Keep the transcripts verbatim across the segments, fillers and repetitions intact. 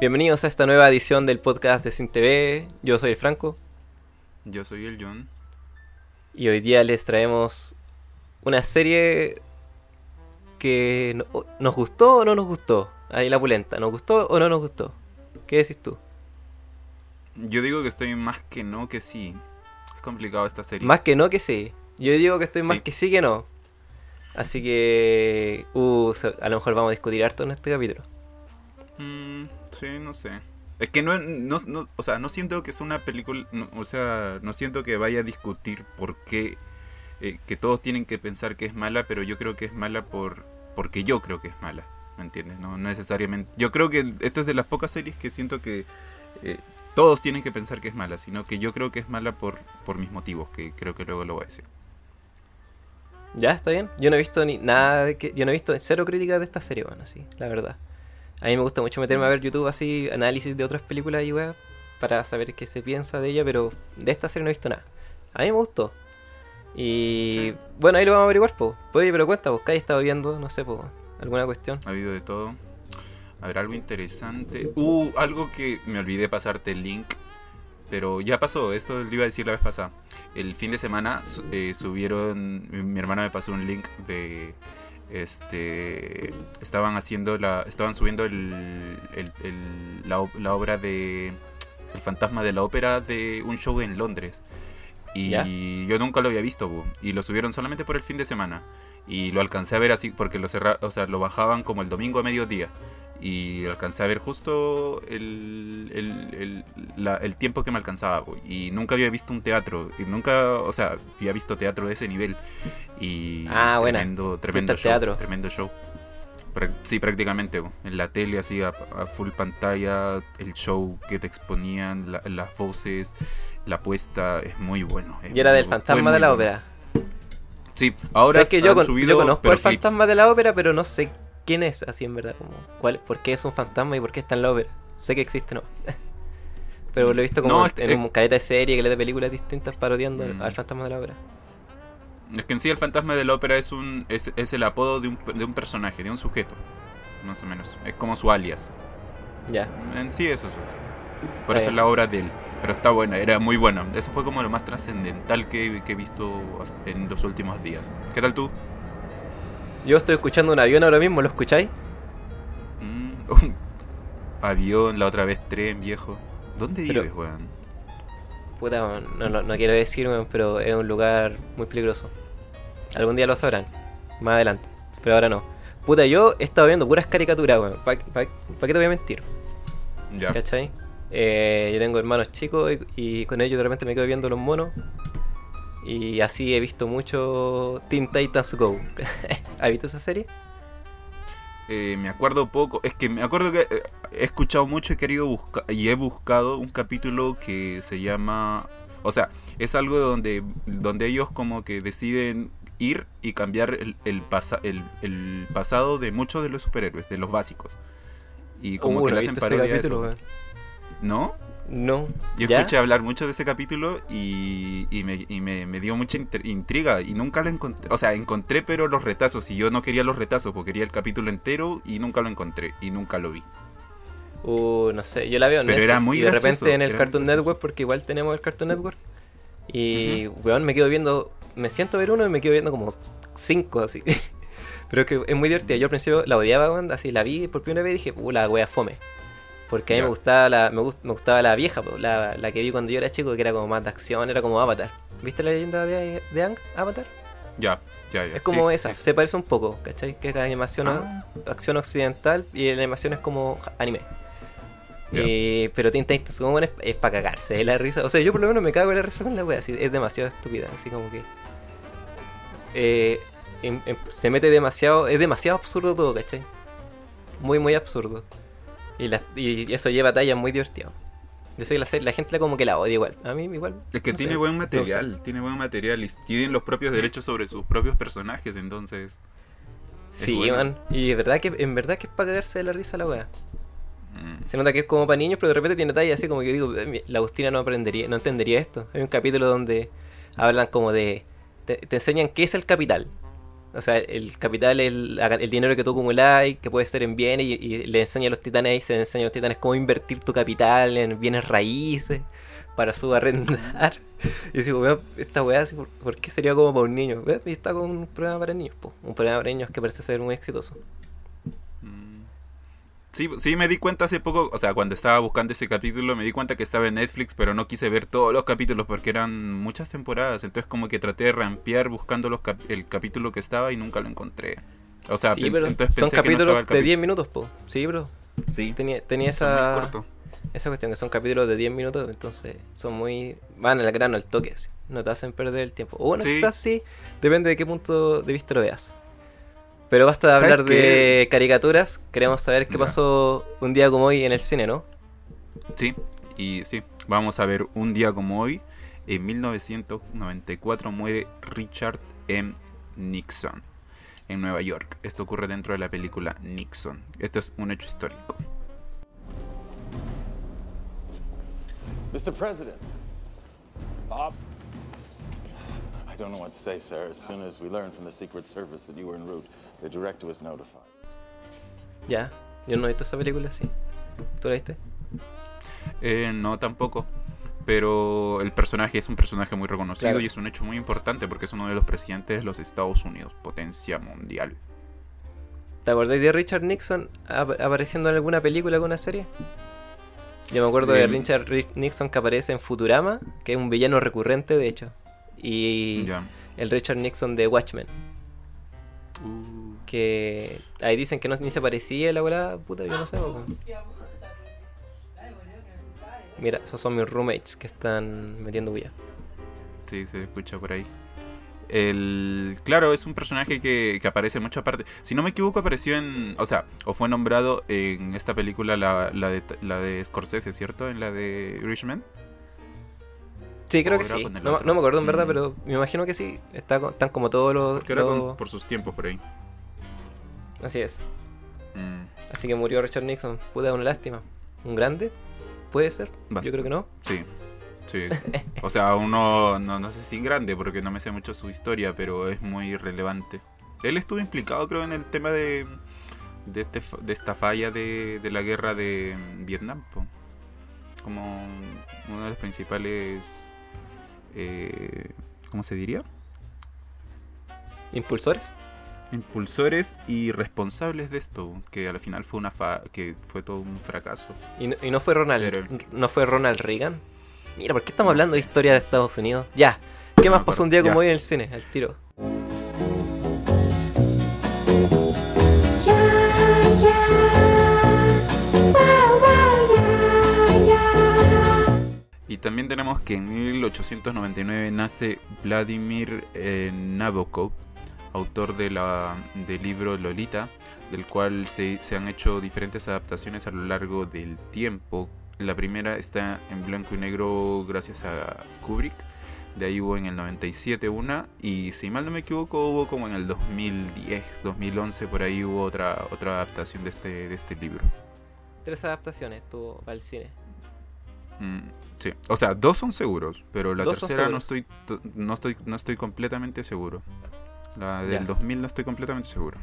Bienvenidos a esta nueva edición del podcast de Sin T V. Yo soy el Franco Yo soy el John. y hoy día les traemos una serie que no- nos gustó o no nos gustó. Ahí la pulenta, ¿nos gustó o no nos gustó? ¿Qué decís tú? Yo digo que estoy más que no que sí. Es complicado esta serie. Más que no que sí. Yo digo que estoy más Sí. que sí que no. Así que... Uh, se- a lo mejor vamos a discutir harto en este capítulo. Mm, sí, no sé. Es que no, no, no, o sea, no siento que es una película, no, o sea, no siento que vaya a discutir por qué, eh, que todos tienen que pensar que es mala, pero yo creo que es mala por, porque yo creo que es mala, ¿me entiendes? No, no necesariamente. Yo creo que esta es de las pocas series que siento que eh, todos tienen que pensar que es mala, sino que yo creo que es mala por, por mis motivos, que creo que luego lo voy a decir. ¿Ya? ¿Está bien? Yo no he visto ni nada de que... Yo no he visto cero críticas de esta serie, bueno, así, la verdad. A mí me gusta mucho meterme a ver YouTube así, análisis de otras películas y weas, para saber qué se piensa de ella, pero de esta serie no he visto nada. A mí me gustó. Y Sí. bueno, ahí lo vamos a averiguar, po. Oye, pero cuenta, vos, ¿qué has estado viendo? No sé, po, alguna cuestión. Ha habido de todo. A ver, algo interesante. Uh, algo que me olvidé pasarte el link. Pero ya pasó, esto lo iba a decir la vez pasada. El fin de semana su- eh, subieron. Mi hermana me pasó un link de. Este. Estaban haciendo la. Estaban subiendo el, el- el- la, o- la obra de. El fantasma de la ópera de un show en Londres. Y ¿Ya? yo nunca lo había visto, bu, y lo subieron solamente por el fin de semana. Y lo alcancé a ver así, porque lo cerra, o sea, lo bajaban como el domingo a mediodía. Y lo alcancé a ver justo el, el, el, la- el tiempo que me alcanzaba, bu, y nunca había visto un teatro. Y nunca, o sea, había visto teatro de ese nivel. Y Ah, buena. tremendo, tremendo al show. teatro. Tremendo show. Pra- Sí, prácticamente, bu, en la tele así a, a full pantalla, el show que te exponían, la- las voces, la puesta, es muy bueno. es Y era muy del bu- fantasma fue de muy la bueno. ópera. Sí, ahora Sabes que yo, han con- subido, yo conozco pero al clips. fantasma de la ópera, pero no sé quién es, así en verdad. Como, cuál, ¿por qué es un fantasma y por qué está en la ópera? Sé que existe, no. Pero lo he visto como No, en, es que- en un caleta de serie, caleta de películas distintas parodiando al- Mm. al fantasma de la ópera. Es que en sí el fantasma de la ópera es un es, es el apodo de un, de un personaje, de un sujeto, más o menos. Es como su alias. Ya. En sí eso es. Por Está eso es bien. la obra de él. Pero está buena, era muy buena. Eso fue como lo más trascendental que, que he visto hasta- en los últimos días. ¿Qué tal tú? Yo estoy escuchando un avión ahora mismo, ¿lo escucháis? Mm, avión, la otra vez tren, viejo. ¿Dónde Pero- vives, weón? Puta, weón, no, no, no quiero decir, weón, pero es un lugar muy peligroso. Algún día lo sabrán, más adelante, pero ahora no. Puta, yo he estado viendo puras caricaturas, weón. ¿Para qué te voy a mentir? Ya. ¿Cachai? Eh, yo tengo hermanos chicos y, y con ellos de repente me quedo viendo los monos. Y así he visto mucho Teen Titans Go. ¿Has visto esa serie? Eh, me acuerdo poco, es que me acuerdo que eh, he escuchado mucho y he querido buscar y he buscado un capítulo que se llama, o sea, es algo donde donde ellos como que deciden ir y cambiar el, el, pasa, el, el pasado de muchos de los superhéroes, de los básicos. Y como Uh, que no le he hacen visto ese parodia a capítulo, eso. weón. ¿No? No. Yo ¿Ya? escuché hablar mucho de ese capítulo y, y, me, y me, me dio mucha inter- intriga y nunca lo encontré. O sea, encontré pero los retazos y yo no quería los retazos porque quería el capítulo entero y nunca lo encontré y nunca lo vi. Uh, no sé, yo la veo en Pero Netflix era muy y de gracioso, repente en el era muy Cartoon gracioso. Network, porque igual tenemos el Cartoon Network. Y, weón, me quedo viendo, me siento a ver uno y me quedo viendo como cinco así. Pero es que es muy divertida. Yo al principio la odiaba, weón, así la vi por primera vez y dije, uh, la wea fome. Porque a mí Ya. me gustaba la, me, gust- me gustaba la vieja, po, la, la que vi cuando yo era chico, que era como más de acción, era como Avatar. ¿Viste la leyenda de, de Aang, Avatar? Ya, ya, ya. Es como sí, esa, sí. se parece un poco, ¿cachai? Que es animación, Ah. acción occidental y la animación es como ja- anime. Ya. Eh, pero Teen Titans como es, es para cagarse de la risa. O sea, yo por lo menos me cago en la risa con la wea, así, es demasiado estúpida, así como que. Eh, em- em- se mete demasiado, es demasiado absurdo todo, ¿cachai? Muy, muy absurdo. Y, las- y eso lleva tallas muy divertidas. Yo sé que la, serie- la gente como que la odia igual. A mí igual. Es que no tiene sé, buen me gusta. material, tiene buen material y tienen los propios derechos sobre sus propios personajes, entonces. es Sí, bueno. man. Y es verdad que, en verdad que es para cagarse de la risa la wea. Mm. Se nota que es como para niños, pero de repente tiene tallas así como que digo, "Eh, mi- la Agustina no aprendería, no entendería esto". Hay un capítulo donde hablan como de. Te, te enseñan qué es el capital. O sea, el capital es el, el dinero que tú acumulás, que puede ser en bienes, y, y le enseña a los titanes ahí, se enseña a los titanes cómo invertir tu capital en bienes raíces para subarrendar. Y digo, weón, esta weá, así, ¿por, ¿por qué sería como para un niño? Weón, y está con un programa para niños, po. Un programa para niños que parece ser muy exitoso. Sí, sí, me di cuenta hace poco, o sea, cuando estaba buscando ese capítulo, me di cuenta que estaba en Netflix, pero no quise ver todos los capítulos porque eran muchas temporadas. Entonces como que traté de rampear buscando los cap- el capítulo que estaba y nunca lo encontré. O sea, sí, pens- pero entonces son pensé que no capítulos estaba el de capi- diez minutos, po. Sí, bro. Sí, Tenía, tenía son muy esa, cortos. esa cuestión, que son capítulos de diez minutos, entonces son muy... van al grano, al toque, así. No te hacen perder el tiempo. O bueno, Sí. quizás sí, depende de qué punto de vista lo veas. Pero basta de ¿Sabes hablar qué? de caricaturas. Queremos saber qué Ya. pasó un día como hoy en el cine, ¿no? Sí, y sí, vamos a ver un día como hoy. En mil novecientos noventa y cuatro muere Richard M. Nixon en Nueva York. Esto ocurre dentro de la película Nixon. Esto es un hecho histórico. Mister President. Bob. I don't know what to say, sir. As soon as we learned from the Secret Service that you were en route, the director was notified. Ya, yo no he visto esa película, sí. ¿Tú la viste? Eh, no, tampoco. Pero el personaje es un personaje muy reconocido, Claro. y es un hecho muy importante porque es uno de los presidentes de los Estados Unidos, potencia mundial. ¿Te acordáis de Richard Nixon ap- apareciendo en alguna película o alguna serie? Yo me acuerdo de Em. Richard Ri- Nixon que aparece en Futurama, que es un villano recurrente, de hecho. Y Ya. el Richard Nixon de Watchmen, Uh, que ahí dicen que no, ni se parecía la volada, puta, yo no sé. po. Mira, esos son mis roommates que están metiendo bulla. sí, se escucha por ahí. El, claro, es un personaje que, que aparece en muchas partes. Si no me equivoco, apareció en... O sea, o fue nombrado en esta película, la, la, de, la de Scorsese, ¿cierto? En la de Irishman. Sí, creo O que era sí. con el No, otro. no me acuerdo en verdad, Mm. pero me imagino que sí. Está con- están como todos los... Que era con- los- por sus tiempos por ahí. Así es. Mm, Así que murió Richard Nixon. Puta, una lástima. ¿Un grande? ¿Puede ser? Bast- Yo creo que no. sí, sí. O sea, uno, no, no sé si grande, porque no me sé mucho su historia, pero es muy relevante. Él estuvo implicado, creo, en el tema de, de, este, fa- de esta falla de, de la guerra de Vietnam, po. Como uno de los principales... Eh, ¿cómo se diría? ¿Impulsores? Impulsores y responsables de esto, que al final fue una fa que fue todo un fracaso. ¿Y no, y no fue Ronald Pero- no fue Ronald Reagan? Mira, ¿por qué estamos No hablando de sé, historia de Estados Unidos? Ya. ¿Qué No más me pasó un acuerdo. día como Ya. hoy en el cine? Al tiro. Y también tenemos que en mil ochocientos noventa y nueve nace Vladimir eh, Nabokov, autor de la, del libro Lolita, del cual se, se han hecho diferentes adaptaciones a lo largo del tiempo. La primera está en blanco y negro gracias a Kubrick, de ahí hubo en el noventa y siete una, y si mal no me equivoco hubo como en el dos mil diez, dos mil once, por ahí hubo otra, otra adaptación de este, de este libro. Tres adaptaciones tuvo al cine. Mm, sí, o sea, dos son seguros, pero la Dos son tercera no seguros. estoy, t- no estoy no estoy completamente seguro. La del Ya. dos mil no estoy completamente seguro.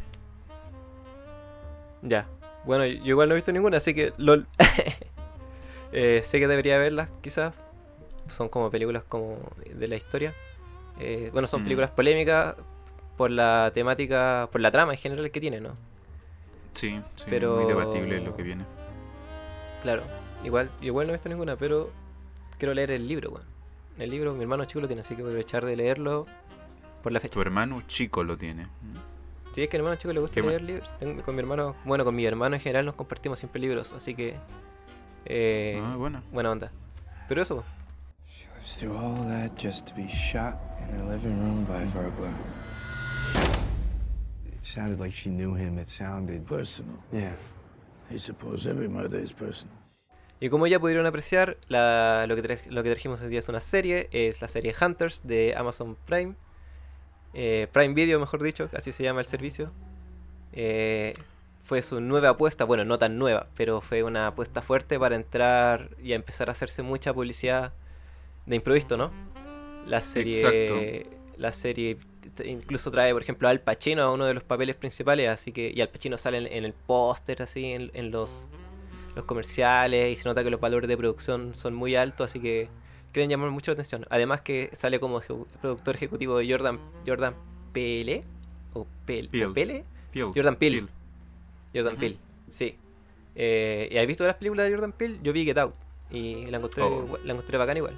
Ya. Bueno, yo igual no he visto ninguna, así que LOL. Eh, sé que debería verlas, quizás. Son como películas como de la historia. Eh, bueno, son Mm. películas polémicas por la temática, por la trama en general que tiene, ¿no? Sí, sí, Pero- muy debatible lo que viene. Claro. Igual, igual no he visto ninguna, pero quiero leer el libro, weón. El libro, mi hermano chico lo tiene, así que voy a aprovechar de leerlo por la fecha. Tu hermano chico lo tiene. Sí, es que a mi hermano chico le gusta Qué leer libros. Tengo- Con mi hermano, bueno, con mi hermano en general nos compartimos siempre libros, así que... Eh, Ah, bueno. buena onda. Pero eso, She lives through all that just to be shot in her living room by a burglar. It sounded like she knew him. It sounded. Personal. Yeah. I suppose every murder is personal. y como ya pudieron apreciar, la- lo, que tra- lo que trajimos hoy día es una serie, es la serie Hunters de Amazon Prime. Eh, Prime Video, mejor dicho, así se llama el servicio. Eh, fue su nueva apuesta, bueno, no tan nueva, pero fue una apuesta fuerte para entrar y a empezar a hacerse mucha publicidad de improviso, ¿no? La serie, Exacto. la serie te- incluso trae, por ejemplo, a Al Pacino a uno de los papeles principales, así que, y Al Pacino sale en, en el póster, así, en, en los, los comerciales, y se nota que los valores de producción son muy altos, así que quieren llamar mucho la atención. Además que sale como ejecu- productor ejecutivo de Jordan, Jordan Peele, o Pel, Peele. o Pele, Peele. Jordan Peele. Peele. Jordan Ujú. Peele, sí. Eh, ¿y has visto las películas de Jordan Peele? Yo vi Get Out, y la encontré, Oh. la encontré bacán igual.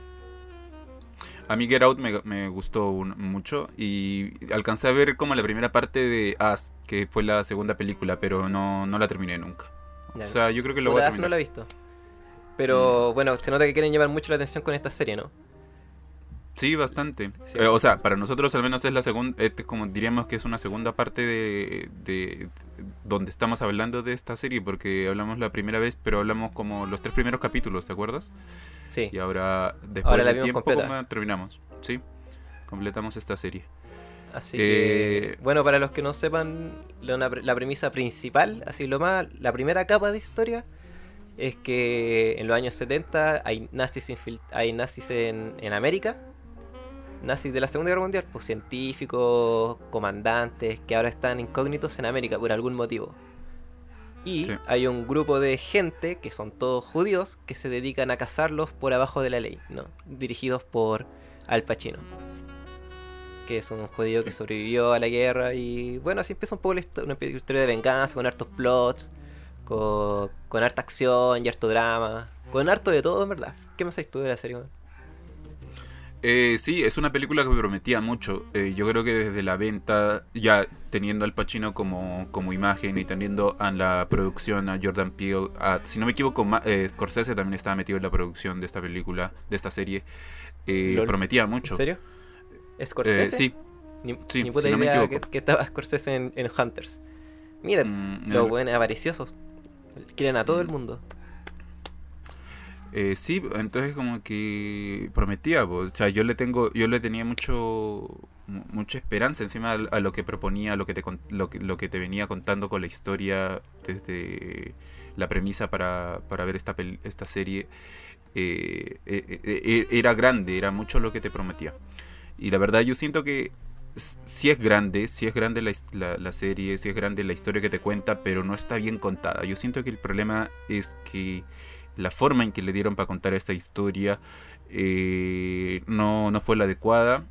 A mí Get Out me, me gustó un- mucho y alcancé a ver como la primera parte de Us, que fue la segunda película, pero no, no la terminé nunca. Ya. O sea, yo creo que lo voy Puta, a esa no terminar. la he visto. Pero bueno, se nota que quieren llamar mucho la atención con esta serie, ¿no? Sí, bastante. Sí. Eh, o sea, para nosotros al menos es la segunda, este, como diríamos que es una segunda parte de, de donde estamos hablando de esta serie, porque hablamos la primera vez, pero hablamos como los tres primeros capítulos, ¿te acuerdas? Sí. Y ahora, después Ahora la de vimos tiempo, completa. como terminamos. Sí, completamos esta serie. Así Eh, que, bueno, para los que no sepan, la, una- la premisa principal, así lo más, la primera capa de historia, es que en los años setenta hay nazis, infil- hay nazis en, en América, nazis de la Segunda Guerra Mundial, pues científicos, comandantes, que ahora están incógnitos en América por algún motivo. Y Sí. hay un grupo de gente, que son todos judíos, que se dedican a cazarlos por abajo de la ley, ¿no? Dirigidos por Al Pacino, que es un judío que sobrevivió a la guerra. Y bueno, así empieza un poco la histo- una historia de venganza, con hartos plots, con, con harta acción y harto drama, con harto de todo, en verdad. ¿Qué más sabes tú de la serie, man? Eh, sí, es una película que me prometía mucho. Eh, yo creo que desde la venta, ya teniendo al Pacino como, como imagen y teniendo a la producción a Jordan Peele, a- si no me equivoco, Ma- eh, Scorsese también estaba metido en la producción de esta película, de esta serie. Eh, Lol. prometía ¿En mucho. serio? ¿Scorsese? Eh, sí, Ni, sí, ni puta si no me idea que, equivoco. que estaba Scorsese en, en Hunters. Mira, Mm, los el- buenos avariciosos quieren a todo el Mm. mundo. Eh, sí, entonces como que prometía, po. O sea, yo le tengo, yo le tenía mucho, mu- mucha esperanza encima a, a lo que proponía, a lo que te, con- lo que, lo que te venía contando con la historia desde la premisa para, para ver esta pel- esta serie. Eh, eh, eh, eh, era grande, era mucho lo que te prometía. Y la verdad yo siento que s- sí es grande, sí es grande la, his- la, la serie, sí es grande la historia que te cuenta, pero no está bien contada. Yo siento que el problema es que la forma en que le dieron para contar esta historia eh, no, no fue la adecuada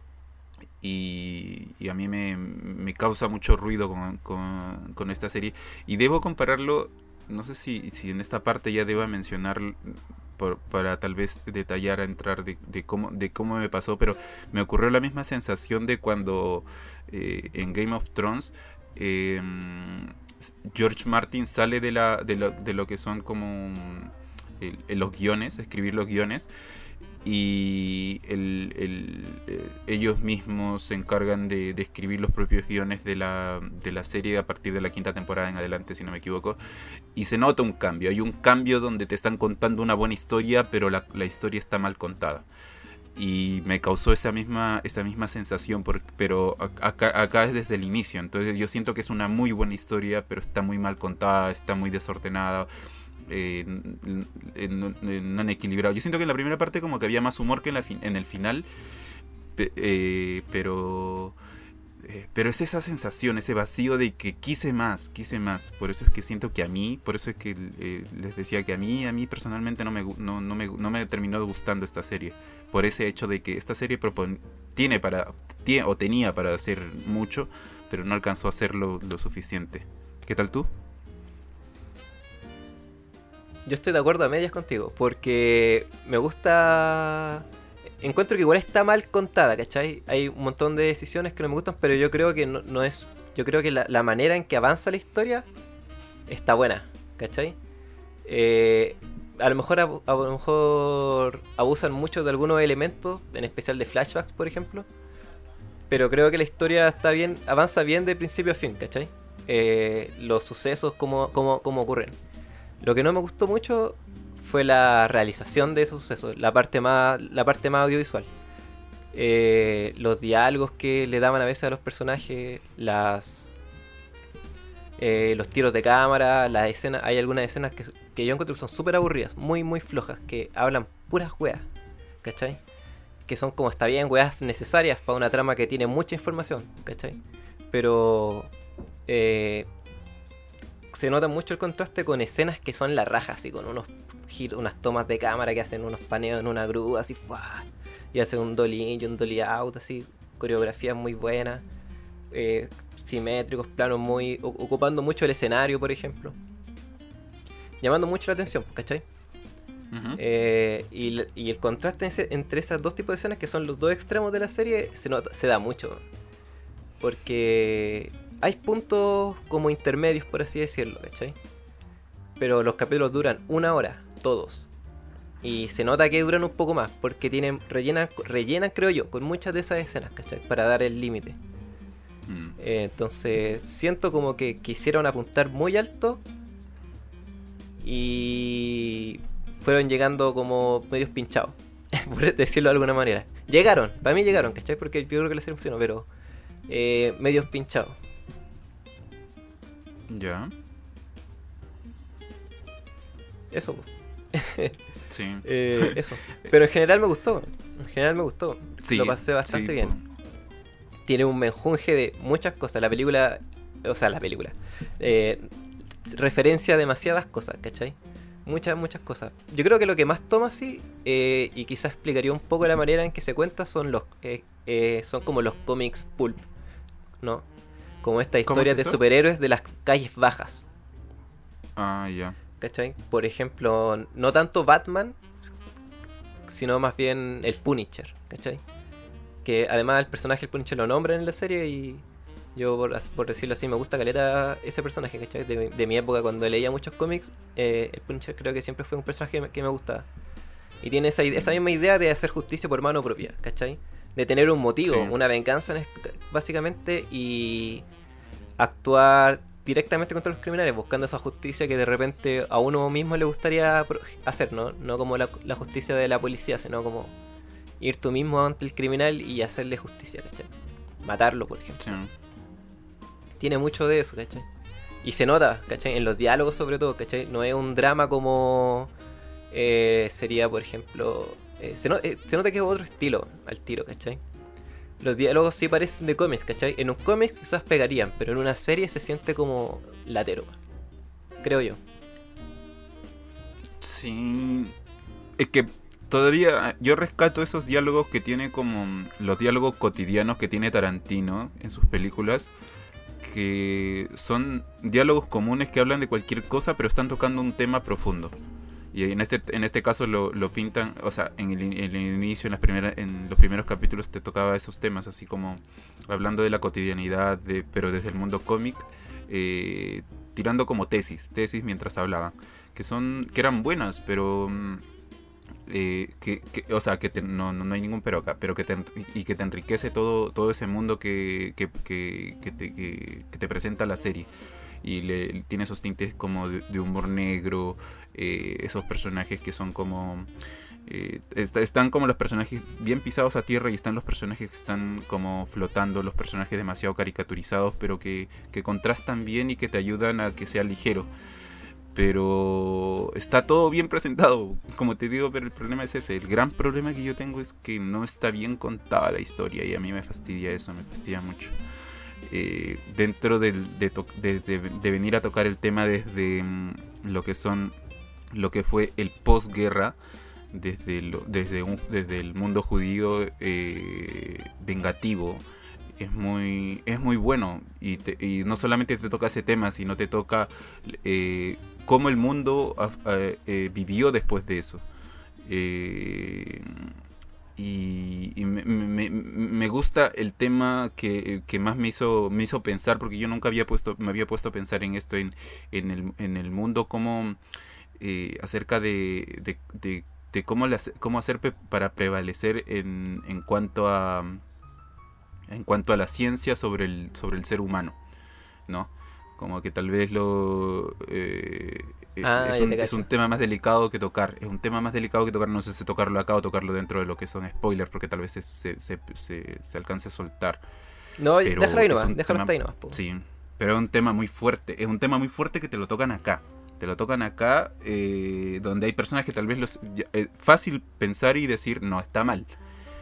y, y a mí me, me causa mucho ruido con, con, con esta serie y debo compararlo, no sé si, si en esta parte ya deba mencionar por- para tal vez detallar, entrar de, de cómo, de cómo me pasó, pero me ocurrió la misma sensación de cuando eh, en Game of Thrones eh, George Martin sale de, la, de, lo, de lo que son como el, el- los guiones, escribir los guiones, y el, el, eh, ellos mismos se encargan de, de escribir los propios guiones de la, de la serie a partir de la quinta temporada en adelante, si no me equivoco, y se nota un cambio, hay un cambio donde te están contando una buena historia, pero la, la historia está mal contada. Y me causó esa misma, esa misma sensación, por- pero a- acá, acá es desde el inicio. Entonces yo siento que es una muy buena historia, pero está muy mal contada, está muy desordenada, eh, n- n- no, no han equilibrado. Yo siento que en la primera parte como que había más humor que en, la fin- en el final, pe- eh, pero... eh, pero es esa sensación, ese vacío de que quise más, quise más. Por eso es que siento que a mí, por eso es que eh, les decía que a mí, a mí personalmente no me, gu- no, no me, no me terminó gustando esta serie. Por ese hecho de que esta serie propon- tiene para, tiene, o tenía para hacer mucho, pero no alcanzó a hacerlo lo suficiente. ¿Qué tal tú? Yo estoy de acuerdo a medias contigo, porque me gusta... Encuentro que igual está mal contada, ¿cachai? Hay un montón de decisiones que no me gustan, pero yo creo que no, no es... Yo creo que la, la manera en que avanza la historia está buena, ¿cachai? Eh, a lo mejor abu- a lo mejor abusan mucho de algunos elementos, en especial de flashbacks, por ejemplo. Pero creo que la historia está bien, avanza bien de principio a fin, ¿cachai? Eh, los sucesos, cómo, cómo, cómo ocurren. Lo que no me gustó mucho fue la realización de esos sucesos, la parte más, la parte más audiovisual. Eh, los diálogos que le daban a veces a los personajes, las eh, los tiros de cámara, las escenas, hay algunas escenas que, que yo encuentro que son súper aburridas, muy muy flojas, que hablan puras weas, ¿cachai? que son como, está bien, weas necesarias para una trama que tiene mucha información, ¿cachai? Pero eh, se nota mucho el contraste con escenas que son la raja, así, con unos giros, unas tomas de cámara que hacen unos paneos en una grúa, así, ¡fua! Y hacen un dolly in y un dolly out, así, coreografías muy buenas, eh, simétricos, planos muy... ocupando mucho el escenario, por ejemplo. Llamando mucho la atención, ¿cachai? Uh-huh. Eh, y, y el contraste entre esos dos tipos de escenas, que son los dos extremos de la serie, se, nota, se da mucho. Porque hay puntos como intermedios, por así decirlo, ¿cachai? Pero los capítulos duran una hora, todos. Y se nota que duran un poco más, porque tienen rellenan, rellenan creo yo, con muchas de esas escenas, ¿cachai? Para dar el límite. Mm. Eh, entonces, siento como que quisieron apuntar muy alto y fueron llegando como medios pinchados, por decirlo de alguna manera. Llegaron, para mí llegaron, ¿cachai? Porque yo creo que la serie funcionó, pero eh, medios pinchados. Ya. Eso, pues. Sí. eh, eso. Pero en general me gustó. En general me gustó. Sí, lo pasé bastante sí, bien. po. Tiene un menjunje de muchas cosas. La película, o sea, la película, eh, referencia a demasiadas cosas, ¿cachai? Muchas, muchas cosas. Yo creo que lo que más toma así, eh, y quizás explicaría un poco la manera en que se cuenta, son los eh, eh, son como los cómics pulp, ¿no? Como esta historia es de eso? superhéroes de las calles bajas. Ah, ya. ¿Cachai? Por ejemplo, no tanto Batman, sino más bien el Punisher, ¿cachai? Que además el personaje del Punisher lo nombran en la serie y yo, por, por decirlo así, me gusta caleta ese personaje, ¿cachai? De, de mi época, cuando leía muchos cómics, eh, el Punisher creo que siempre fue un personaje que me, que me gustaba. Y tiene esa, esa misma idea de hacer justicia por mano propia, ¿cachai? De tener un motivo, Sí. una venganza, básicamente, y actuar directamente contra los criminales, buscando esa justicia que de repente a uno mismo le gustaría hacer, ¿no? No como la, la justicia de la policía, sino como ir tú mismo ante el criminal y hacerle justicia, ¿cachai? Matarlo, por ejemplo. Sí. Tiene mucho de eso, ¿cachai? Y se nota, ¿cachai? En los diálogos sobre todo, ¿cachai? No es un drama como eh, sería, por ejemplo... Eh, se, no, eh, se nota que es otro estilo al tiro, ¿cachai? Los diálogos sí parecen de cómics, ¿cachai? En un cómic quizás pegarían, pero en una serie se siente como latero, creo yo. Sí. Es que todavía yo rescato esos diálogos que tiene como los diálogos cotidianos que tiene Tarantino en sus películas, que son diálogos comunes que hablan de cualquier cosa, pero están tocando un tema profundo. Y en este en este caso lo, lo pintan, o sea, en el, en el inicio, en las primeras en los primeros capítulos te tocaba esos temas, así como hablando de la cotidianidad, de, pero desde el mundo cómic, eh, tirando como tesis, tesis mientras hablaban, que son que eran buenas, pero eh, que, que, o sea, que te, no, no hay ningún pero acá, pero que te, y que te enriquece todo todo ese mundo que que, que, que, te, que, que te presenta la serie. Y le, tiene esos tintes como de, de humor negro, eh, esos personajes que son como... Eh, est- están como los personajes bien pisados a tierra y están los personajes que están como flotando, los personajes demasiado caricaturizados, pero que, que contrastan bien y que te ayudan a que sea ligero. Pero está todo bien presentado, como te digo, pero el problema es ese. El gran problema que yo tengo es que no está bien contada la historia y a mí me fastidia eso, me fastidia mucho. Eh, dentro del, de, to- de, de, de venir a tocar el tema desde mm, lo que son lo que fue el posguerra, desde, lo, desde, un, desde el mundo judío eh, vengativo, es muy es muy bueno y, te, y no solamente te toca ese tema, sino te toca eh, cómo el mundo eh, eh, vivió después de eso. eh, Y, y me, me, me gusta el tema que, que más me hizo me hizo pensar, porque yo nunca había puesto me había puesto a pensar en esto en, en, el, en el mundo, como eh, acerca de, de, de, de cómo, la, cómo hacer pe- para prevalecer en, en cuanto a en cuanto a la ciencia sobre el sobre el ser humano, ¿no? Como que tal vez lo eh, Ah, es, ya un, te es un cacho. tema más delicado que tocar. Es un tema más delicado que tocar. No sé si tocarlo acá o tocarlo dentro de lo que son spoilers, porque tal vez se, se, se, se, se alcance a soltar. No, Pero déjalo ahí es nomás, un déjalo tema- hasta ahí nomás, po. Sí, pero es un tema muy fuerte. Es un tema muy fuerte que te lo tocan acá. Te lo tocan acá, eh, donde hay personas que tal vez los... ya- Es fácil pensar y decir, no, está mal.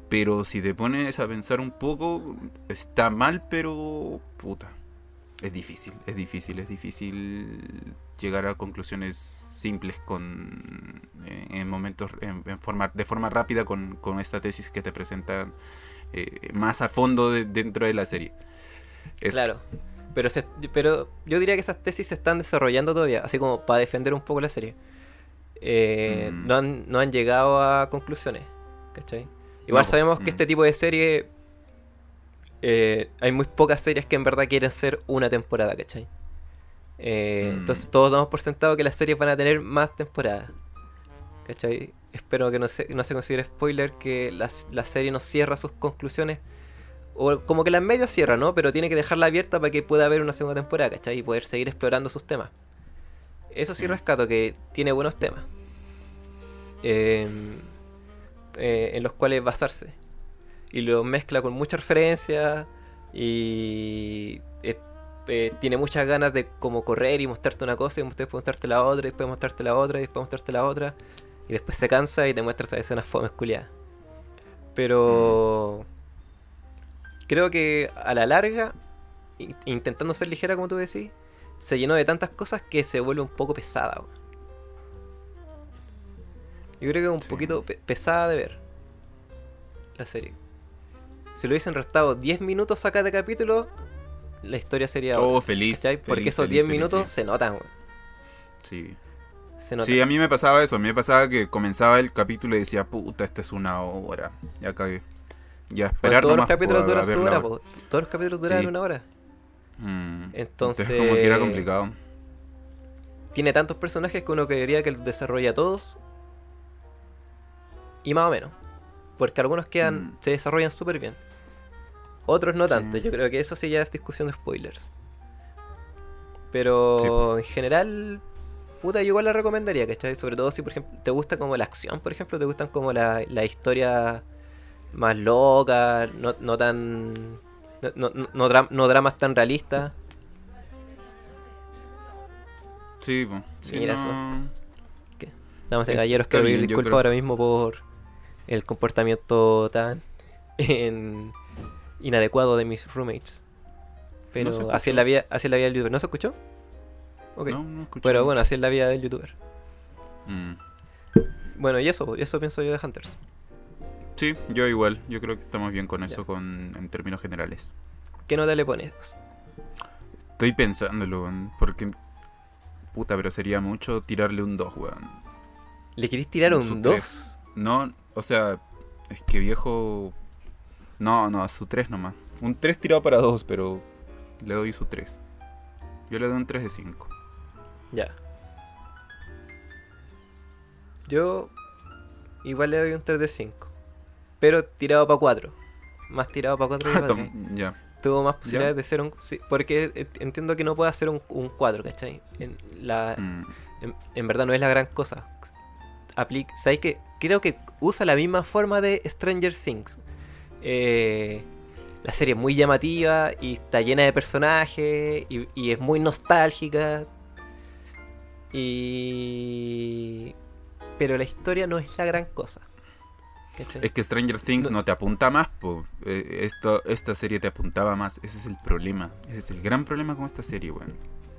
Pero si te pones a pensar un poco, está mal, pero puta, es difícil, es difícil, es difícil llegar a conclusiones simples con eh, en momentos, en, en forma, de forma rápida con, con esta tesis que te presentan eh, más a fondo de, dentro de la serie. Es, Claro. Pero, se, pero yo diría que esas tesis se están desarrollando todavía, así como para defender un poco la serie. Eh, Mm. no, han, no han llegado a conclusiones, ¿cachai? Igual No, sabemos mm. que este tipo de serie... eh, hay muy pocas series que en verdad quieren ser una temporada, ¿cachai? Eh, Mm. Entonces todos damos por sentado que las series van a tener más temporadas, ¿cachai? Espero que no se, no se considere spoiler que la, la serie no cierra sus conclusiones. O como que la en medio cierra, ¿no? Pero tiene que dejarla abierta para que pueda haber una segunda temporada, ¿cachai? Y poder seguir explorando sus temas. Eso sí, Sí. rescato, que tiene buenos temas. Eh, eh, en los cuales basarse. Y lo mezcla con mucha referencia. Y eh, eh, tiene muchas ganas de como correr y mostrarte una cosa y después mostrarte la otra, y después mostrarte la otra, y después mostrarte la otra. Y después se cansa y te muestra esas escenas fomes culiadas. Pero... creo que a la larga, in- intentando ser ligera como tú decís, se llenó de tantas cosas que se vuelve un poco pesada. weón. Yo creo que es un Sí. poquito pe- pesada de ver la serie. Si lo hubiesen restado diez minutos a cada capítulo, la historia sería Oh, otra. feliz. ¿Cachai? Porque feliz, esos feliz, diez feliz, minutos sí. se notan, weón. Sí. Se notan. Sí, a mí me pasaba eso. A mí me pasaba que comenzaba el capítulo y decía, puta, esta es una hora. Ya cagué. Ya Bueno, esperar todos los nomás, capítulos po, a duran ver su la hora, hora. po. Todos los capítulos duran Sí. una hora. Mm. Entonces- como que era complicado. Tiene tantos personajes que uno quería que los desarrolle a todos. Y más o menos. Porque algunos quedan, Mm. se desarrollan súper bien. Otros no Sí. tanto. Yo creo que eso sí ya es discusión de spoilers. Pero Sí, po. en general, puta, yo igual la recomendaría, ¿cachai? Sobre todo si, por ejemplo, te gusta como la acción, por ejemplo, te gustan como la, la historia más loca, no, no tan... No, no, no, no dra- no dramas tan realistas. Sí, po. Sí, Mira no... Damas y Es- caballeros, está quiero pedir bien, yo disculpas creo- ahora mismo por el comportamiento tan en- inadecuado de mis roommates. Pero No se así es la vida, así es la vida del youtuber. ¿No se escuchó? Ok. No, no escuché Pero mucho. bueno, así es la vida del youtuber. Mm. Bueno, y eso, eso pienso yo de Hunters. Sí, yo igual. Yo creo que estamos bien con eso Ya. con en términos generales. ¿Qué nota le pones? Estoy pensándolo, weón, porque... Puta, pero sería mucho tirarle un dos, weón. ¿Le querés tirar Su un tres. dos? No, o sea, es que viejo... No, no, a su tres nomás. Un tres tirado para dos, pero le doy su tres. Yo le doy un tres de cinco. Ya. Yo igual le doy un tres de cinco. Pero tirado para cuatro. Más tirado para cuatro que para tres. Ya. Tuvo más posibilidades de ser un... sí, porque eh, entiendo que no puede hacer un, un cuatro, ¿cachai? En, la, Mm, en, en verdad no es la gran cosa. Aplica, ¿sabes qué? Creo que usa la misma forma de Stranger Things. Eh, la serie es muy llamativa y está llena de personajes y, y es muy nostálgica. Y... pero la historia no es la gran cosa. ¿Cachai? Es que Stranger Things No- no te apunta más, po. Eh, esto, esta serie te apuntaba más. Ese es el problema. Ese es el gran problema con esta serie, weón.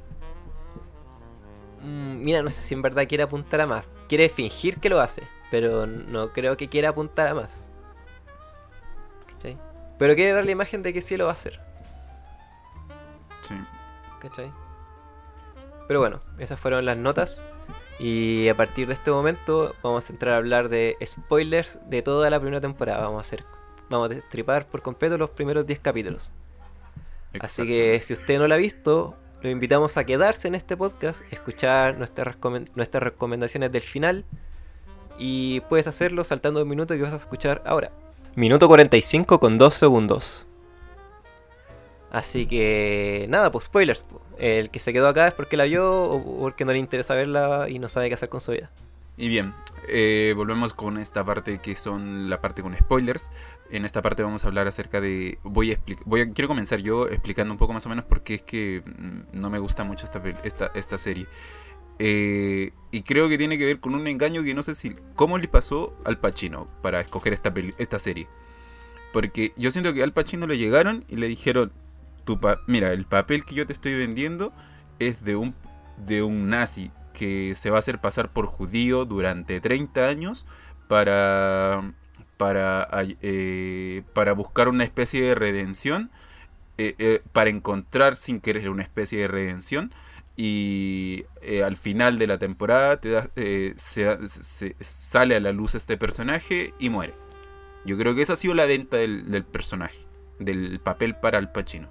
Mm, mira, no sé si en verdad quiere apuntar a más. Quiere fingir que lo hace, pero no creo que quiera apuntar a más. ¿Cachai? Pero quiere dar la imagen de que sí lo va a hacer. Sí. ¿Cachai? Pero bueno, esas fueron las notas. Y a partir de este momento vamos a entrar a hablar de spoilers de toda la primera temporada. Vamos a hacer, vamos a destripar por completo los primeros diez capítulos. Así que si usted no lo ha visto, lo invitamos a quedarse en este podcast, escuchar nuestras, recomen- nuestras recomendaciones del final. Y puedes hacerlo saltando un minuto que vas a escuchar ahora. Minuto cuarenta y cinco con dos segundos. Así que nada, pues spoilers. po. El que se quedó acá es porque la vio o porque no le interesa verla y no sabe qué hacer con su vida. Y bien, eh, volvemos con esta parte que son la parte con spoilers. En esta parte vamos a hablar acerca de... Voy a explicar... Voy a... Quiero comenzar yo explicando un poco más o menos por qué es que mm, no me gusta mucho esta, pel- esta, esta serie. Eh, y creo que tiene que ver con un engaño que no sé si... ¿Cómo le pasó al Pacino para escoger esta, peli- esta serie? Porque yo siento que Al Pacino le llegaron y le dijeron, tu pa- mira, el papel que yo te estoy vendiendo es de un, de un nazi que se va a hacer pasar por judío durante treinta años para, para, eh, para buscar una especie de redención, eh, eh, para encontrar sin querer una especie de redención. Y eh, al final de la temporada te da, eh, se, se, sale a la luz este personaje y muere. Yo creo que esa ha sido la venta del, del personaje, del papel para Al Pacino.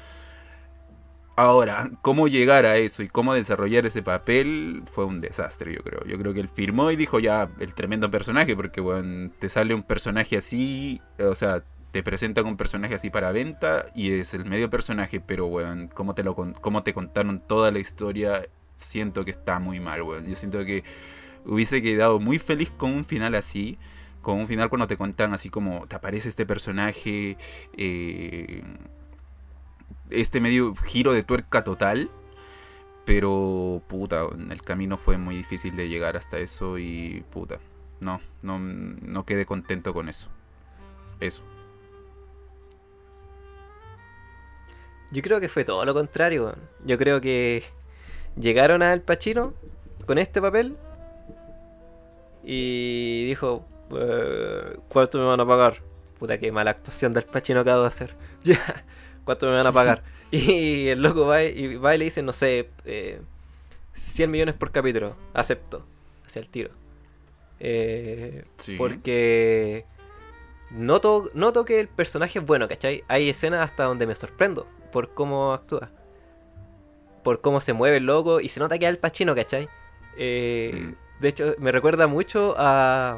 Ahora, cómo llegar a eso y cómo desarrollar ese papel fue un desastre, yo creo. Yo creo que él firmó y dijo ya, el tremendo personaje, porque bueno, te sale un personaje así, o sea, te presentan un personaje así para venta y es el medio personaje, pero bueno, cómo te, lo, cómo te contaron toda la historia, siento que está muy mal, weón. Yo siento que hubiese quedado muy feliz con un final así, con un final cuando te cuentan así como te aparece este personaje, eh, este medio giro de tuerca total, pero puta, el camino fue muy difícil de llegar hasta eso y puta, no, no, no quedé contento con eso. Eso. Yo creo que fue todo lo contrario, weón. Yo creo que llegaron a Al Pacino con este papel y dijo, eh, ¿cuánto me van a pagar? Puta, qué mala actuación de Al Pacino acabo de hacer. Ya, ¿cuánto me van a pagar? Y el loco va y, va y le dice, no sé, eh, cien millones por capítulo. Acepto, hacia el tiro. Eh, Sí. Porque noto, noto que el personaje es bueno, ¿cachai? Hay escenas hasta donde me sorprendo por cómo actúa, por cómo se mueve el loco, y se nota que es Al Pacino, ¿cachai? Eh, Mm. De hecho, me recuerda mucho a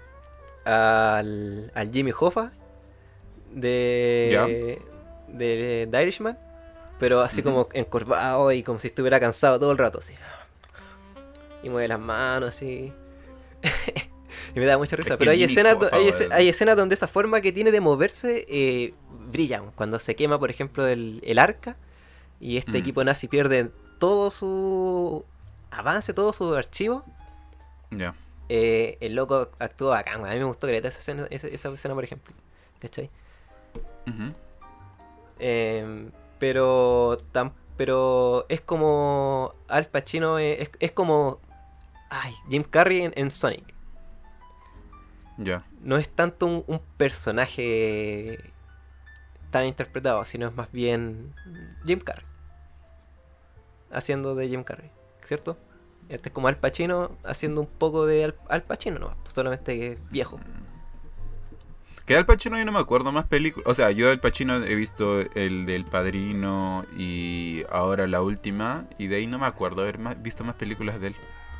al, al Jimmy Hoffa de, Ya. de The Irishman, pero así Ujú. como encorvado y como si estuviera cansado todo el rato, así. Y mueve las manos, así. Y me da mucha risa. Es que Pero hay Jimmy escenas, do- Hoffa, hay, weón. esce- hay escenas donde esa forma que tiene de moverse eh, brilla. Cuando se quema, por ejemplo, el, el arca y este Mm. equipo nazi pierde todo su avance, todo su archivo. Ya. Eh, el loco actúa bacán, weón. A mí me gustó que esa escena, esa, esa escena, por ejemplo. ¿Cachai? Ujú. Eh, pero tan, pero es como Al Pacino, eh, es, es como ay, Jim Carrey en, en Sonic. Ya. No es tanto un, un personaje tan interpretado, sino es más bien Jim Carrey haciendo de Jim Carrey, ¿cierto? Este es como Al Pacino haciendo un poco de Al, Al Pacino nomás, solamente que es viejo. Que de Al Pacino yo no me acuerdo más películas. O sea, yo de Al Pacino he visto el del Padrino y ahora la última. Y de ahí no me acuerdo haber más- visto más películas de él.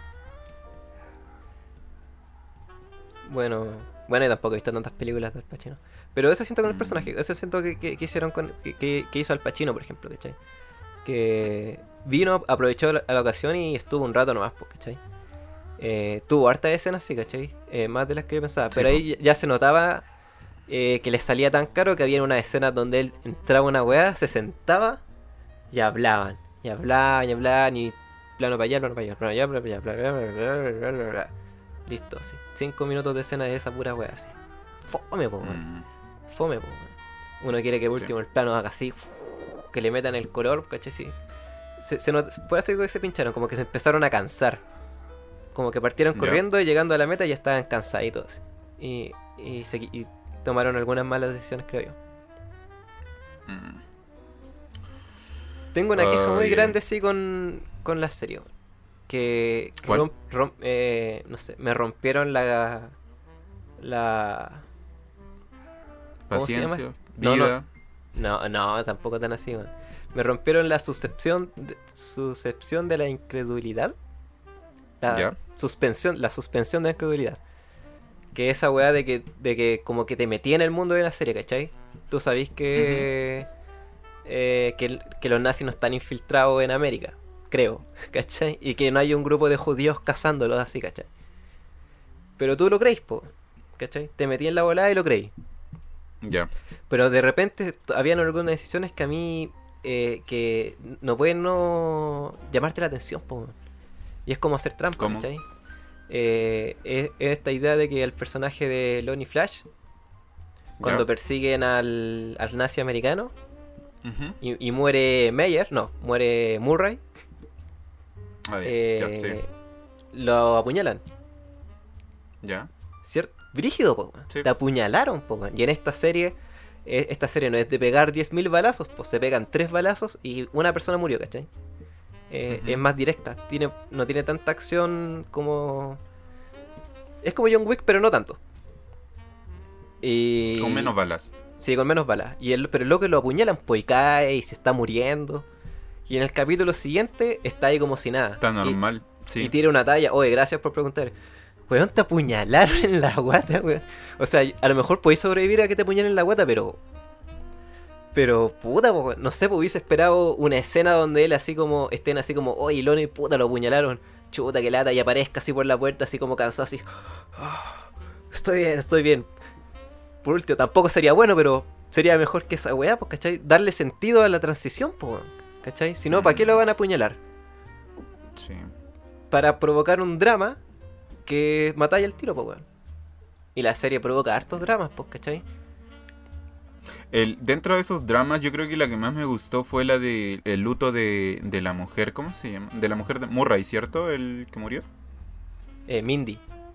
Bueno, bueno, y tampoco he visto tantas películas de Al Pacino. Pero eso siento con el Mm. personaje, eso siento que, que, que hicieron con, que, que- que hizo Al Pacino, por ejemplo, ¿cachai? Que vino, aprovechó la, la ocasión y estuvo un rato nomás, pues, ¿cachai? Eh, tuvo hartas escenas, sí, ¿cachai? Eh, más de las que yo pensaba. Sí, pero po. ahí ya se notaba eh, que le salía tan caro que había una escena donde él entraba a una weá, se sentaba y hablaban. Y hablaban, y hablaban, y plano para allá, plano para allá, plano para allá, plano para allá, bla, bla, bla, bla, bla, bla, bla. Listo, así. Cinco minutos de escena de esa pura weá, así. Fome, po, weón. Mm. Fome, po, weón. Uno quiere que por último el plano haga así, que le metan el color, ¿cachai? Sí. Se, se not- por eso digo que se pincharon, como que se empezaron a cansar. Como que partieron Ya. corriendo y llegando a la meta ya estaban cansaditos. Y, y, se- y tomaron algunas malas decisiones, creo yo. Mm. Tengo una queja Ah, muy ya. grande, sí, con, con la serie. weón. Que ¿Cuál? romp- romp- eh, no sé, me rompieron la... La... ¿Cómo se llama? Paciencia, No, vida. No, no, tampoco tan así, weón. Me rompieron la suscepción de, suscepción de la incredulidad. La Ya. suspensión, la suspensión de la incredulidad. Que esa weá de que, de que como que te metí en el mundo de la serie, ¿cachai? Tú sabís que, eh, que, que los nazis no están infiltrados en América, creo, ¿cachai? Y que no hay un grupo de judíos cazándolos así, ¿cachai? Pero tú lo creís, po, ¿cachai? Te metí en la volada y lo creí. Ya. Pero de repente t- habían algunas decisiones que a mí eh, que no pueden no llamarte la atención, po. Y es como hacer trampa, ¿Cómo? ¿cachai? Eh, es, es esta idea de que el personaje de Lonnie Flash cuando Ya. persiguen al, al nazi americano Ujú. y, y muere Meyer, no, muere Murray, Ah, ya, eh, ya, sí. lo apuñalan, Ya. ¿cierto? Brígido, po, weón. Sí. Te apuñalaron, po, weón. Y en esta serie, eh, esta serie no es de pegar diez mil balazos, pues se pegan tres balazos y una persona murió, ¿cachai? Eh, Ujú. Es más directa, tiene, no tiene tanta acción como... Es como John Wick, pero no tanto. Y... Con menos balas. Sí, con menos balas. Y el, pero el loco lo apuñalan, pues y cae y se está muriendo. Y en el capítulo siguiente está ahí como si nada. Está Y- normal. Sí. Y tira una talla. Oye, gracias por preguntar. Weón, te apuñalaron en la guata, weón. O sea, a lo mejor podéis sobrevivir a que te apuñalen en la guata, pero. Pero, puta, po, no sé, pues hubiese esperado una escena donde él así como. Estén así como, oye, Lonnie, puta, lo apuñalaron. Chuta, que lata, y aparezca así por la puerta, así como cansado, así. "Ah, estoy bien, estoy bien. Por último, tampoco sería bueno, pero sería mejor que esa weá, pues, ¿cachai? Darle sentido a la transición, pues, weón, ¿cachai? Si no, ¿para qué lo van a apuñalar? Sí. Para provocar un drama que matáis al tiro, pues, weón. Y la serie provoca hartos dramas, pues, ¿cachai? El, dentro de esos dramas, yo creo que la que más me gustó fue la de el luto de, de la mujer, ¿cómo se llama? De la mujer de Murray, ¿cierto? El que murió. Eh, Mindy.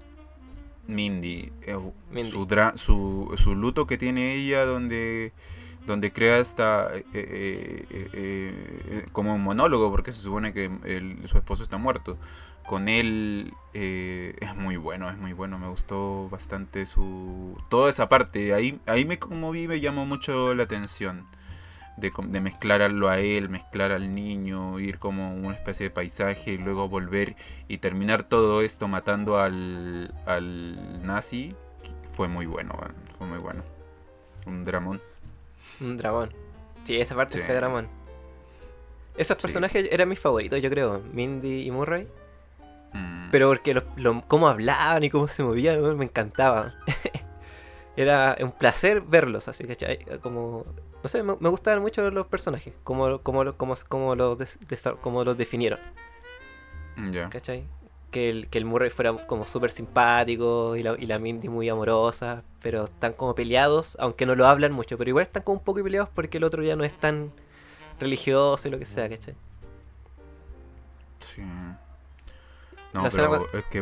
Mindy. Eh, Mindy. Su, dra- su, su luto que tiene ella, donde, donde crea esta. eh, eh, eh, eh, como un monólogo, porque se supone que el- su esposo está muerto. Con él eh, es muy bueno, es muy bueno. Me gustó bastante su. Toda esa parte. Ahí, ahí me conmoví, me llamó mucho la atención. De, com- de mezclarlo a él, mezclar al niño, ir como una especie de paisaje y luego volver y terminar todo esto matando al, al nazi. Fue muy bueno, man, fue muy bueno. Un dramón. Un dramón. Sí, esa parte Sí. fue dramón. Esos Sí. personajes eran mis favoritos, yo creo. Mindy y Murray. Mm, Pero porque los, lo- cómo hablaban y cómo se movían, weón, me encantaba. Era un placer verlos así, ¿cachai? Como... No sé, me, me gustaban mucho los personajes. Como, como, lo- como, como, los, des- desa- como los definieron, ya. ¿cachai? Que el, que el Murray fuera como súper simpático y la, y la Mindy muy amorosa. Pero están como peleados, aunque no lo hablan mucho. Pero igual están como un poco peleados porque el otro ya no es tan religioso y lo que sea, ¿cachai? Sí. No, La escena pero es que.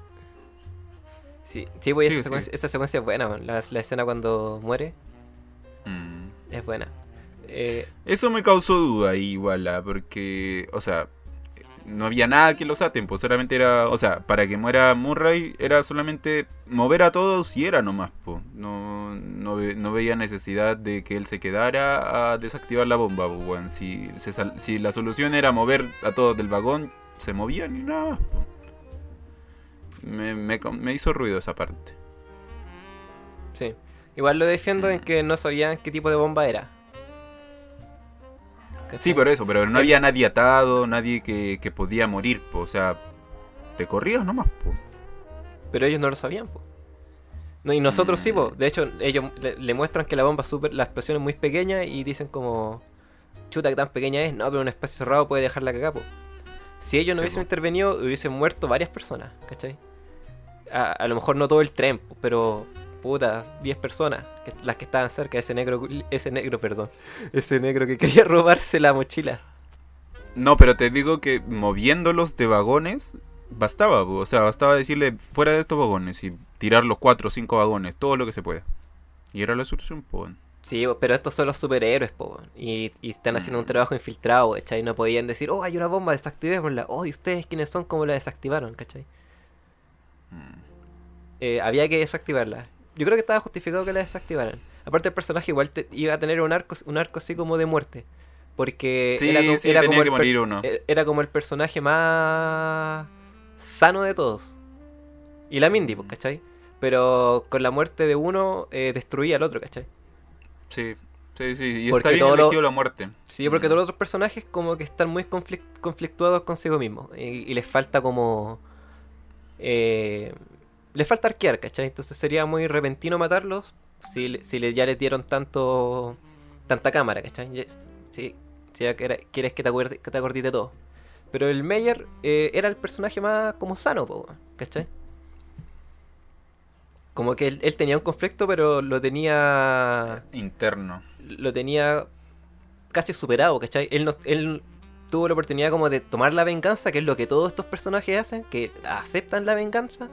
Sí, sí, pues Sí, esa, sí. secuencia, esa secuencia es buena, man. La, la escena cuando muere mm, es buena. Eh, Eso me causó duda ahí, igual, ah, porque, o sea, no había nada que los aten, pues solamente era, o sea, para que muera Murray era solamente mover a todos y era nomás, pues. No, no, ve- no veía necesidad de que él se quedara a desactivar la bomba, pues, weón. Si, se sal- si la solución era mover a todos del vagón, se movían y nada más, pues. Me, me, me hizo ruido esa parte. sí. Igual lo defiendo en que no sabían qué tipo de bomba era. ¿Cachai? Sí, por eso, pero no había nadie atado, nadie que, que podía morir, pues, o sea, te corrías nomás, pues. Pero ellos no lo sabían, po. No, y nosotros sí, po. De hecho, ellos le, le muestran que la bomba es súper, la explosión es muy pequeña y dicen como... Chuta, que tan pequeña es. No, pero un espacio cerrado puede dejarla cagada, po. Si ellos no Sí, hubiesen po. intervenido, hubiesen muerto varias personas, ¿cachai? A, a lo mejor no todo el tren, po, pero... Puta, diez personas, que- las que estaban cerca, ese negro, ese negro, perdón, ese negro que quería robarse la mochila. No, pero te digo que moviéndolos de vagones bastaba, po. O sea, bastaba decirle fuera de estos vagones y tirar los cuatro o cinco vagones, todo lo que se pueda. Y era la solución, pues. Sí, po, pero estos son los superhéroes, po, weón, y, y están haciendo un Mm. trabajo infiltrado, ¿cachai? No podían decir, oh, hay una bomba, desactivémosla. Oh, ¿y ustedes quiénes son? ¿Cómo la desactivaron, cachai? Eh, había que desactivarla. Yo creo que estaba justificado que la desactivaran. Aparte el personaje igual te- iba a tener un arco, un arco así como de muerte. Porque Sí, era, co- sí, era tenía como que el morir pers- uno. e- era como el personaje más sano de todos. Y la Mindy, pues, ¿cachai? Pero con la muerte de uno eh, destruía al otro, ¿cachai? Sí, sí, sí. Y Porque está bien todo lo- elegido la muerte. Sí, porque Mm. todos los otros personajes como que están muy conflic- conflictuados consigo mismos. Y, y les falta como... Eh, les falta arquear, ¿cachai? Entonces sería muy repentino matarlos si, le- si le, ya les dieron tanto tanta cámara, ¿cachai? Ya- Si, si ya quiere- quieres que te, acuerde, que te acordes de todo. Pero el Meyer eh, era el personaje más como sano, po, weón, ¿cachai? como que él, él tenía un conflicto, pero lo tenía Interno. lo tenía casi superado, ¿cachai? Él, no, él tuvo la oportunidad como de tomar la venganza, que es lo que todos estos personajes hacen, que aceptan la venganza.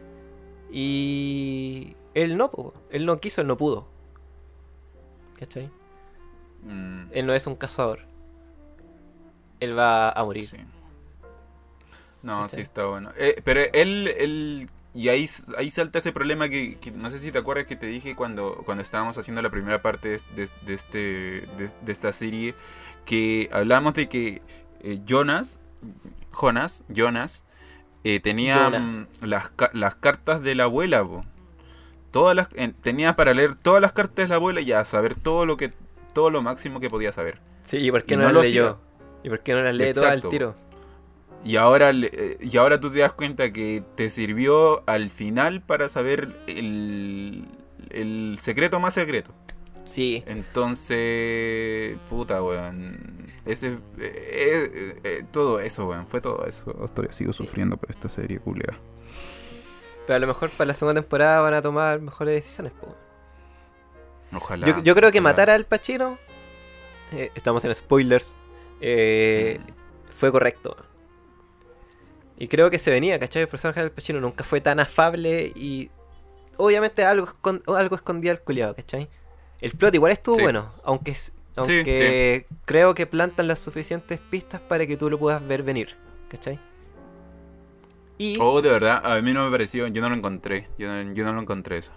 Y él no, po, él no quiso, él no pudo. ¿Cachai? Mm, Él no es un cazador. Él va a morir. sí. No, ¿Cachai? sí está bueno. Eh, pero él, él y ahí, ahí salta ese problema que, que no sé si te acuerdas que te dije cuando, cuando estábamos haciendo la primera parte de, de- de este, de, de esta serie, que hablamos de que eh, Jonas, Jonas, Jonas, eh, tenía Jonah. mm, las, ca- las cartas de la abuela, po. Todas las, en- tenía para leer todas las cartas de la abuela y a saber todo lo que, todo lo máximo que podía saber. Sí, ¿y por qué Y no, no las lo leyó? hacía. ¿Y por qué no las lee todas al Exacto. tiro? Y ahora, le- eh, y ahora tú te das cuenta que te sirvió al final para saber el, el secreto más secreto. Sí. Entonces, puta, weón. Ese, eh, eh, eh, todo eso, weón. Fue todo eso. Todavía sigo sufriendo por esta serie, culia. Pero a lo mejor para la segunda temporada van a tomar mejores decisiones, po. Ojalá. Yo, yo creo que ojalá. matar al Pacino, eh, estamos en spoilers, eh, fue correcto. Y creo que se venía, ¿cachai? El personaje del Pacino nunca fue tan afable y obviamente algo, escon- algo escondía al culiado, ¿cachai? El plot igual estuvo Sí. bueno, aunque, s- aunque creo que plantan las suficientes pistas para que tú lo puedas ver venir, ¿cachai? Y, Oh, de verdad, a mí no me pareció. Yo no lo encontré. Yo no, yo no lo encontré eso.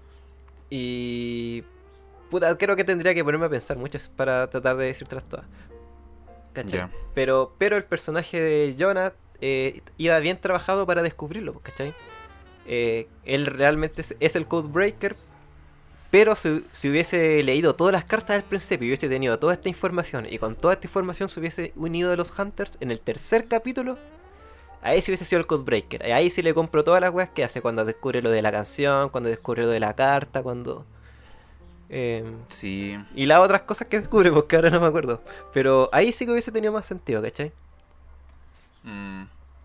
y puta, creo que tendría que ponerme a pensar mucho para tratar de decírtelas todas. ¿Cachai? Ya. Pero, pero el personaje de Jonah eh, iba bien trabajado para descubrirlo, pues, ¿cachai? Eh, él realmente es, es el Codebreaker, pero si, si hubiese leído todas las cartas al principio y hubiese tenido toda esta información, y con toda esta información se hubiese unido a los Hunters en el tercer capítulo, ahí sí hubiese sido el Codebreaker. Ahí sí le compro todas las weas que hace cuando descubre lo de la canción, cuando descubre lo de la carta, cuando... eh, Sí. y las otras cosas que descubre, porque ahora no me acuerdo. Pero ahí sí que hubiese tenido más sentido, ¿cachai? Mm.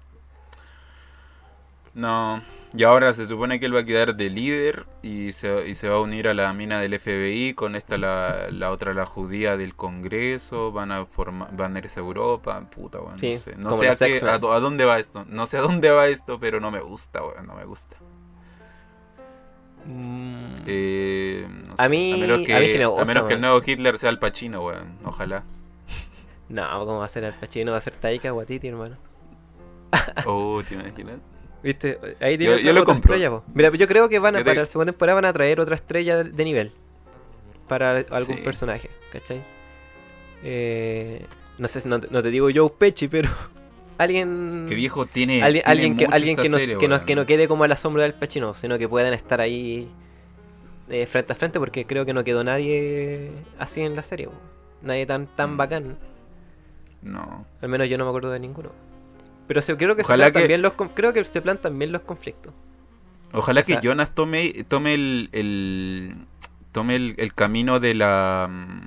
No. Y ahora se supone que él va a quedar de líder y se, y se va a unir a la mina del F B I con esta la, la otra la judía del Congreso, van a formar, van a irse a Europa, puta, weón, Sí, no sé, no como sé a, los qué- X-Men. a, do- a dónde va esto, no sé a dónde va esto, pero no me gusta, weón, no me gusta. Eh, no A sé, mí- menos que, a mí sí me gusta, a menos que el weón. nuevo Hitler sea el Pacino, weón, ojalá. No, ¿cómo va a ser Al Pacino? Va a ser Taika Waititi, hermano. Oh, ¿te imaginas? ¿Viste? Ahí tiene Yo- otra, yo lo otra compro. estrella, po. Mira, yo creo que van a, Yo te- para la segunda temporada van a traer otra estrella de, de nivel. Para algún Sí. personaje, ¿cachai? Eh, no sé si no, te- no te digo Joe Pesci, pero alguien... Que viejo tiene, Alguien, tiene alguien, que, mucho alguien esta que, no, serie, que, no, weón. que no quede como a la sombra del Pacino, sino que puedan estar ahí eh, frente a frente, porque creo que no quedó nadie así en la serie, po. Nadie tan, tan Mm. bacán. No. Al menos yo no me acuerdo de ninguno. Pero se, creo que Ojalá se plantan que- bien los con- creo que se plantan bien los conflictos. Ojalá O sea- que Jonas tome, tome el, el tome el, el camino de la mm,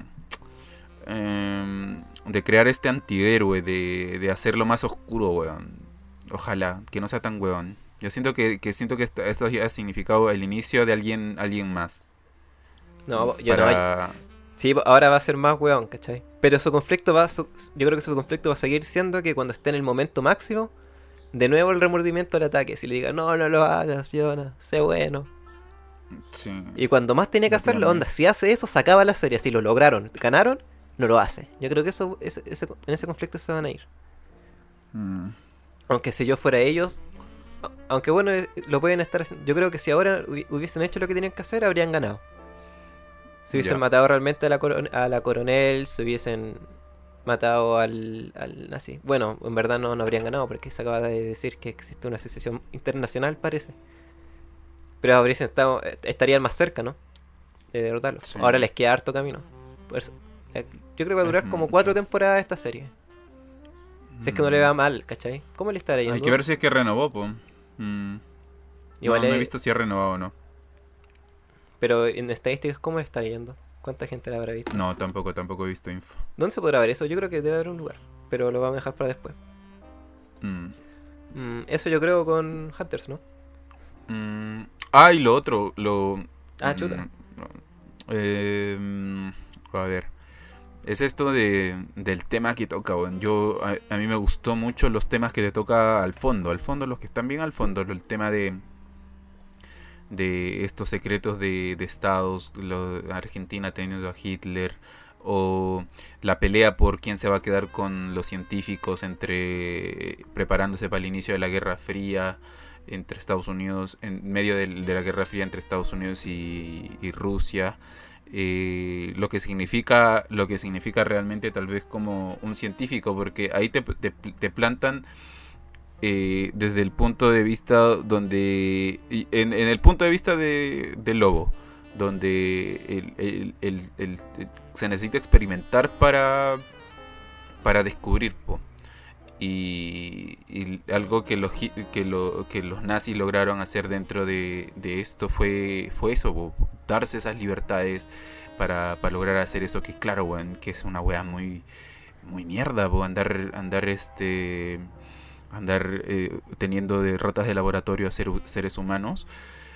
em, de crear este antihéroe, de, de hacerlo más oscuro, weón. Ojalá, que no sea tan weón. Yo siento que, que siento que esto, esto ya ha significado el inicio de alguien, alguien más. No, yo no. Para... Sí, ahora va a ser más weón, ¿cachai? Pero su conflicto va a su- yo creo que su conflicto va a seguir siendo que cuando esté en el momento máximo, de nuevo el remordimiento al ataque. Si le diga, no, no lo hagas, Jonas, sé bueno. Sí. Y cuando más tiene que No hacerlo, tiene- onda, si hace eso, se acaba la serie. Si lo lograron, ganaron, no lo hace. Yo creo que eso ese- ese- en ese conflicto se van a ir. Mm. Aunque si yo fuera ellos, a- aunque bueno, eh, lo pueden estar haciendo. Yo creo que si ahora hubi- hubiesen hecho lo que tenían que hacer, habrían ganado. Si hubiesen Ya. matado realmente a la, coron- a la coronel, si hubiesen matado al, al nazi. Bueno, en verdad no, no habrían ganado porque se acaba de decir que existe una asociación internacional, parece. Pero habrían estado, eh, estarían más cerca, ¿no? De derrotarlo. Sí. Ahora les queda harto camino. Por eso, eh, yo creo que va a durar Es como mucho. cuatro temporadas esta serie. Si es que no le va mal, ¿cachai? ¿Cómo le estará yendo? Hay que ver si es que renovó, po. Mm. Igual no, no he es- visto si ha renovado o no. Pero en estadísticas, ¿cómo le está yendo? ¿Cuánta gente la habrá visto? No, tampoco, tampoco he visto info. ¿Dónde se podrá ver eso? Yo creo que debe haber un lugar. Pero lo vamos a dejar para después. Mm. Mm, eso yo creo con Hunters, ¿no? Mm, Ah, y lo otro, lo... Ah, chuta. mm, no, eh, mm, a ver. Es esto de, del tema que toca, weón. Yo, a, a mí me gustó mucho los temas que te toca al fondo. Al fondo, los que están bien al fondo. El tema de de estos secretos de, de estados, lo, Argentina teniendo a Hitler, o la pelea por quién se va a quedar con los científicos entre preparándose para el inicio de la Guerra Fría entre Estados Unidos, en medio de, de la Guerra Fría entre Estados Unidos y, y Rusia. Eh, lo que significa lo que significa realmente tal vez como un científico, porque ahí te, te, te plantan eh, desde el punto de vista donde en, en el punto de vista de, de Lobo, donde el, el, el, el, el, se necesita experimentar para para descubrir, po. Y, y algo que los que, lo, que los nazis lograron hacer dentro de, de esto fue fue eso, po, darse esas libertades para, para lograr hacer eso, que claro, weón, que es una wea muy muy mierda, po, andar andar este andar eh, teniendo de ratas de laboratorio a ser, seres humanos.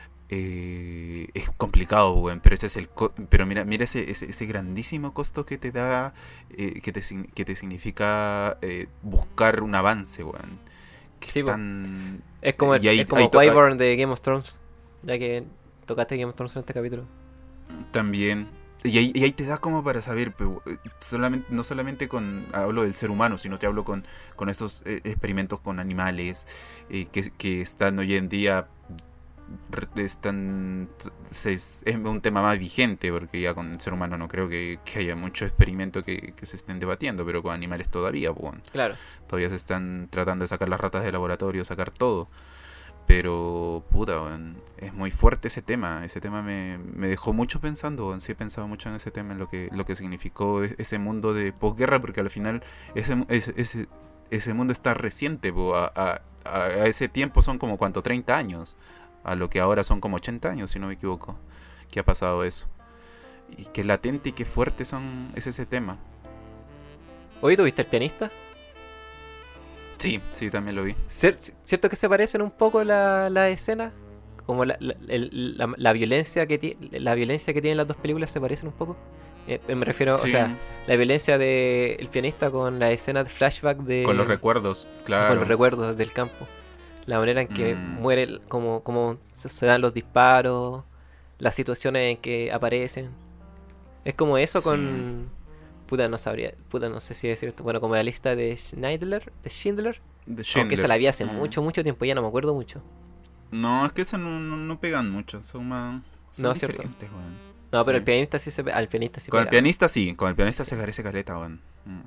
Eh, es complicado, weón, pero ese es el co pero mira mira ese, ese, ese grandísimo costo que te da, eh, que, te, que te significa eh, buscar un avance, weón. Sí, tan... es como el, ahí, es como Wyvern de Game of Thrones, ya que tocaste Game of Thrones en este capítulo. También. Y ahí, y ahí te da como para saber, pero solamente, no solamente con hablo del ser humano, sino te hablo con, con estos eh, experimentos con animales eh, que, que están hoy en día están se, es un tema más vigente, porque ya con el ser humano no creo que, que haya mucho experimento que, que se estén debatiendo, pero con animales todavía, bueno, claro, todavía se están tratando de sacar las ratas de laboratorio, sacar todo. Pero, puta, bueno, es muy fuerte ese tema. Ese tema me, me dejó mucho pensando. Bueno, sí he pensado mucho en ese tema, en lo que, lo que significó ese mundo de posguerra, porque al final ese, ese, ese, ese mundo está reciente. Po, a, a, a ese tiempo son como, ¿cuánto? treinta años. A lo que ahora son como ochenta años, si no me equivoco, que ha pasado eso. Y qué latente y qué fuerte son, es ese tema. ¿Hoy tuviste El Pianista? Sí, sí, también lo vi. ¿Cierto que se parecen un poco la, la escena? Como la, la, el, la, la violencia que tiene, la violencia que tienen las dos películas se parecen un poco. Eh, me refiero, sí. O sea, la violencia de El Pianista con la escena de flashback de... Con los recuerdos, claro. Con los recuerdos del campo. La manera en que mm. muere, como, como se dan los disparos, las situaciones en que aparecen. Es como eso sí. Con... Puta, no sabría, puta, no sé si decir esto. Bueno, como la lista de Schindler, de Schindler. De Schindler. Aunque esa la vi hace mm. mucho, mucho tiempo, ya no me acuerdo mucho. No, es que esas no, no, no pegan mucho, son más... Son no, cierto. Bueno. No, sí. pero el pianista sí se al pianista sí Con pega. el pianista sí, con el pianista se parece caleta, weón. Mm.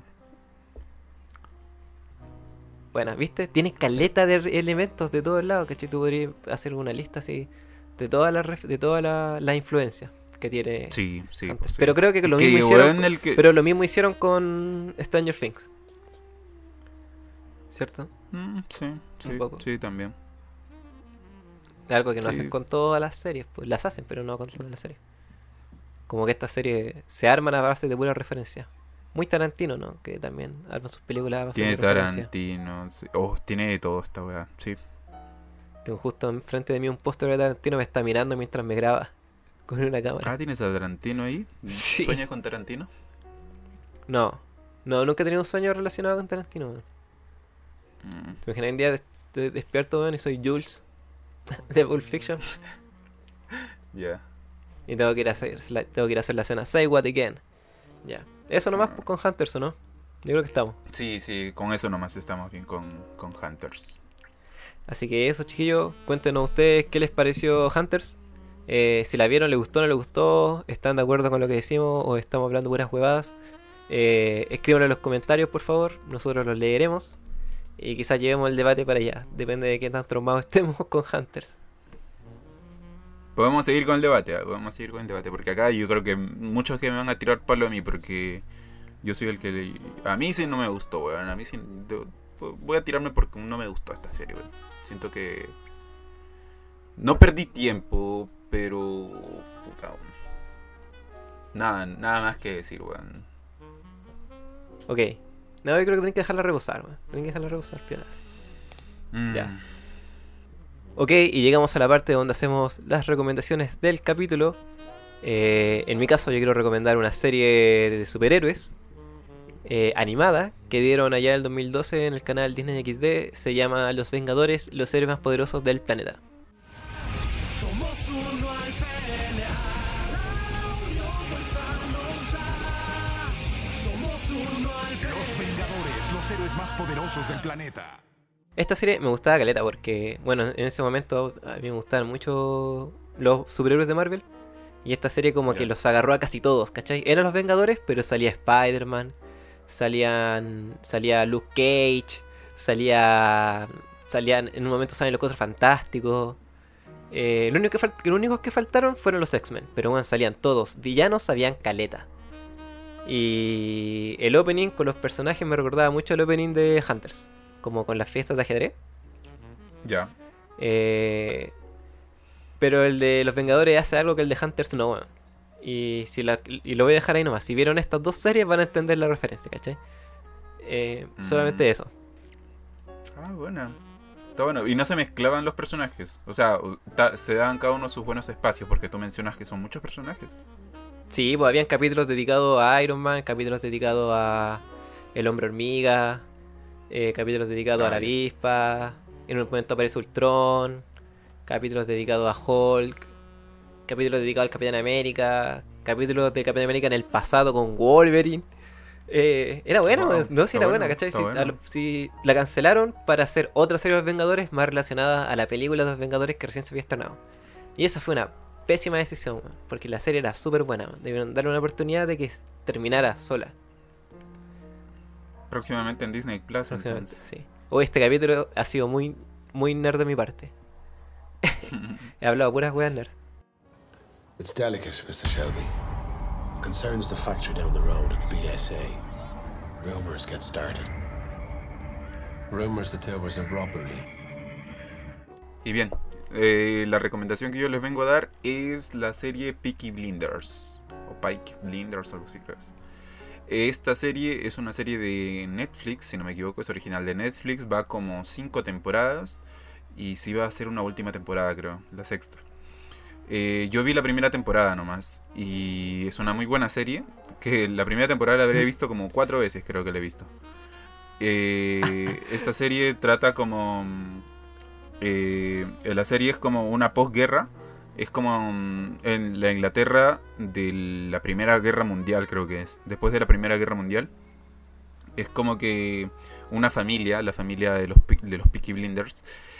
Bueno, ¿viste? Tiene caleta de elementos de todos lados, ¿cachai? Tú podrías hacer una lista así de todas las de todas las la influencias que tiene. Sí, sí, pues sí. Pero creo que lo que mismo hicieron. El que... Pero lo mismo hicieron con Stranger Things. ¿Cierto? Mm, sí, sí, un poco. Sí, también. Algo que no sí. hacen con todas las series, pues las hacen, pero no con todas las series. Como que estas series se arman a base de pura referencia. Muy Tarantino, ¿no? Que también arma sus películas a base tiene de referencia. Tiene Tarantino, sí. Oh, tiene de todo esta weá, sí. Tengo justo enfrente de mí un póster de Tarantino, me está mirando mientras me graba con una cámara. Ah, ¿tienes a Tarantino ahí? Sí. ¿Sueñas con Tarantino? No, no, nunca he tenido un sueño relacionado con Tarantino, man. Mm. ¿Te imaginas un día estoy despierto, man, y soy Jules de Pulp Fiction? Ya. Yeah. Y tengo que ir a hacer la, tengo que ir a hacer la escena Say What Again. Ya. Yeah. Eso nomás pues, con Hunters, ¿o no? Yo creo que estamos. Sí, sí, con eso nomás estamos bien con, con Hunters. Así que eso, chiquillos, cuéntenos ustedes qué les pareció Hunters. Eh, si la vieron, les gustó, no les gustó, están de acuerdo con lo que decimos o estamos hablando puras huevadas. Eh, escríbanlo en los comentarios, por favor, nosotros los leeremos. Y quizás llevemos el debate para allá, depende de qué tan traumados estemos con Hunters. Podemos seguir con el debate, podemos seguir con el debate, porque acá yo creo que muchos que me van a tirar palo a mí, porque yo soy el que le... A mí sí no me gustó, weón, a mí sí... Voy a tirarme porque no me gustó esta serie, weón. Siento que... No perdí tiempo, pero... Puta, weón. Nada, nada más que decir, weón. Ok. No, yo creo que tienen que dejarla reposar, weón. Tienen que dejarla reposar, piolas. Mm. Ya. Ok, y llegamos a la parte donde hacemos las recomendaciones del capítulo. Eh, en mi caso yo quiero recomendar una serie de superhéroes eh, animada que dieron allá en el dos mil doce en el canal Disney X D. Se llama Los Vengadores, los héroes más poderosos del planeta. Somos uno al pelear, la unión fuerzarnos da. Somos uno al pelear. Los Vengadores, los héroes más poderosos del planeta. Esta serie me gustaba caleta porque, bueno, en ese momento a mí me gustaban mucho los superhéroes de Marvel. Y esta serie como Ya. que los agarró a casi todos, ¿cachai? Eran los Vengadores, pero salía Spider-Man, salían, salía Luke Cage, salía, salían, en un momento salen los Cuatro Fantásticos. Eh, lo único que fal- los únicos que faltaron fueron los X-Men, pero bueno, salían todos. Villanos sabían caleta. Y el opening con los personajes me recordaba mucho el opening de Hunters, como con las fiestas de ajedrez. Ya. Eh, pero el de los Vengadores hace algo que el de Hunters no, weón. Y, si la- y lo voy a dejar ahí nomás. Si vieron estas dos series van a entender la referencia, ¿cachai? Eh, Mm. Solamente eso. Ah, buena. Está bueno. Y no se mezclaban los personajes. O sea, ta- se daban cada uno sus buenos espacios, porque tú mencionas que son muchos personajes. Sí, pues habían capítulos dedicados a Iron Man, capítulos dedicados a El Hombre Hormiga, eh, capítulos dedicados a la Ah, ya. avispa, en un momento aparece Ultron, capítulos dedicados a Hulk, capítulos dedicados al Capitán América, capítulos de Capitán América en el pasado con Wolverine. Eh, era buena, Wow, pues, no, sí está era bueno, buena, ¿cachai? está Sí, bueno. a lo- sí, la cancelaron para hacer otra serie de los Vengadores más relacionada a la película de los Vengadores que recién se había estrenado. Y esa fue una pésima decisión, weón, porque la serie era súper buena, weón. Debieron darle una oportunidad de que terminara sola. Próximamente en Disney Plus, Próximamente, entonces. sí. Hoy este capítulo ha sido muy, muy nerd de mi parte. He hablado puras weas nerd. It's delicate, Mister Shelby. Concerns the factory down the road at the B S A. Rumors get started. Rumors that there was a robbery. Y bien, eh, la recomendación que yo les vengo a dar es la serie Peaky Blinders. O Pike Blinders, algo así creo que es. Esta serie es una serie de Netflix, si no me equivoco, es original de Netflix. Va como cinco temporadas. Y sí va a ser una última temporada, creo, la sexta. Eh, yo vi la primera temporada nomás. Y es una muy buena serie. Que la primera temporada la habría visto como cuatro veces, creo que la he visto. Eh, esta serie trata como... Eh, la serie es como una posguerra. Es como mm, en la Inglaterra de la Primera Guerra Mundial, creo que es. Después de la Primera Guerra Mundial. Es como que una familia, la familia de los, Pe- de los Peaky Blinders,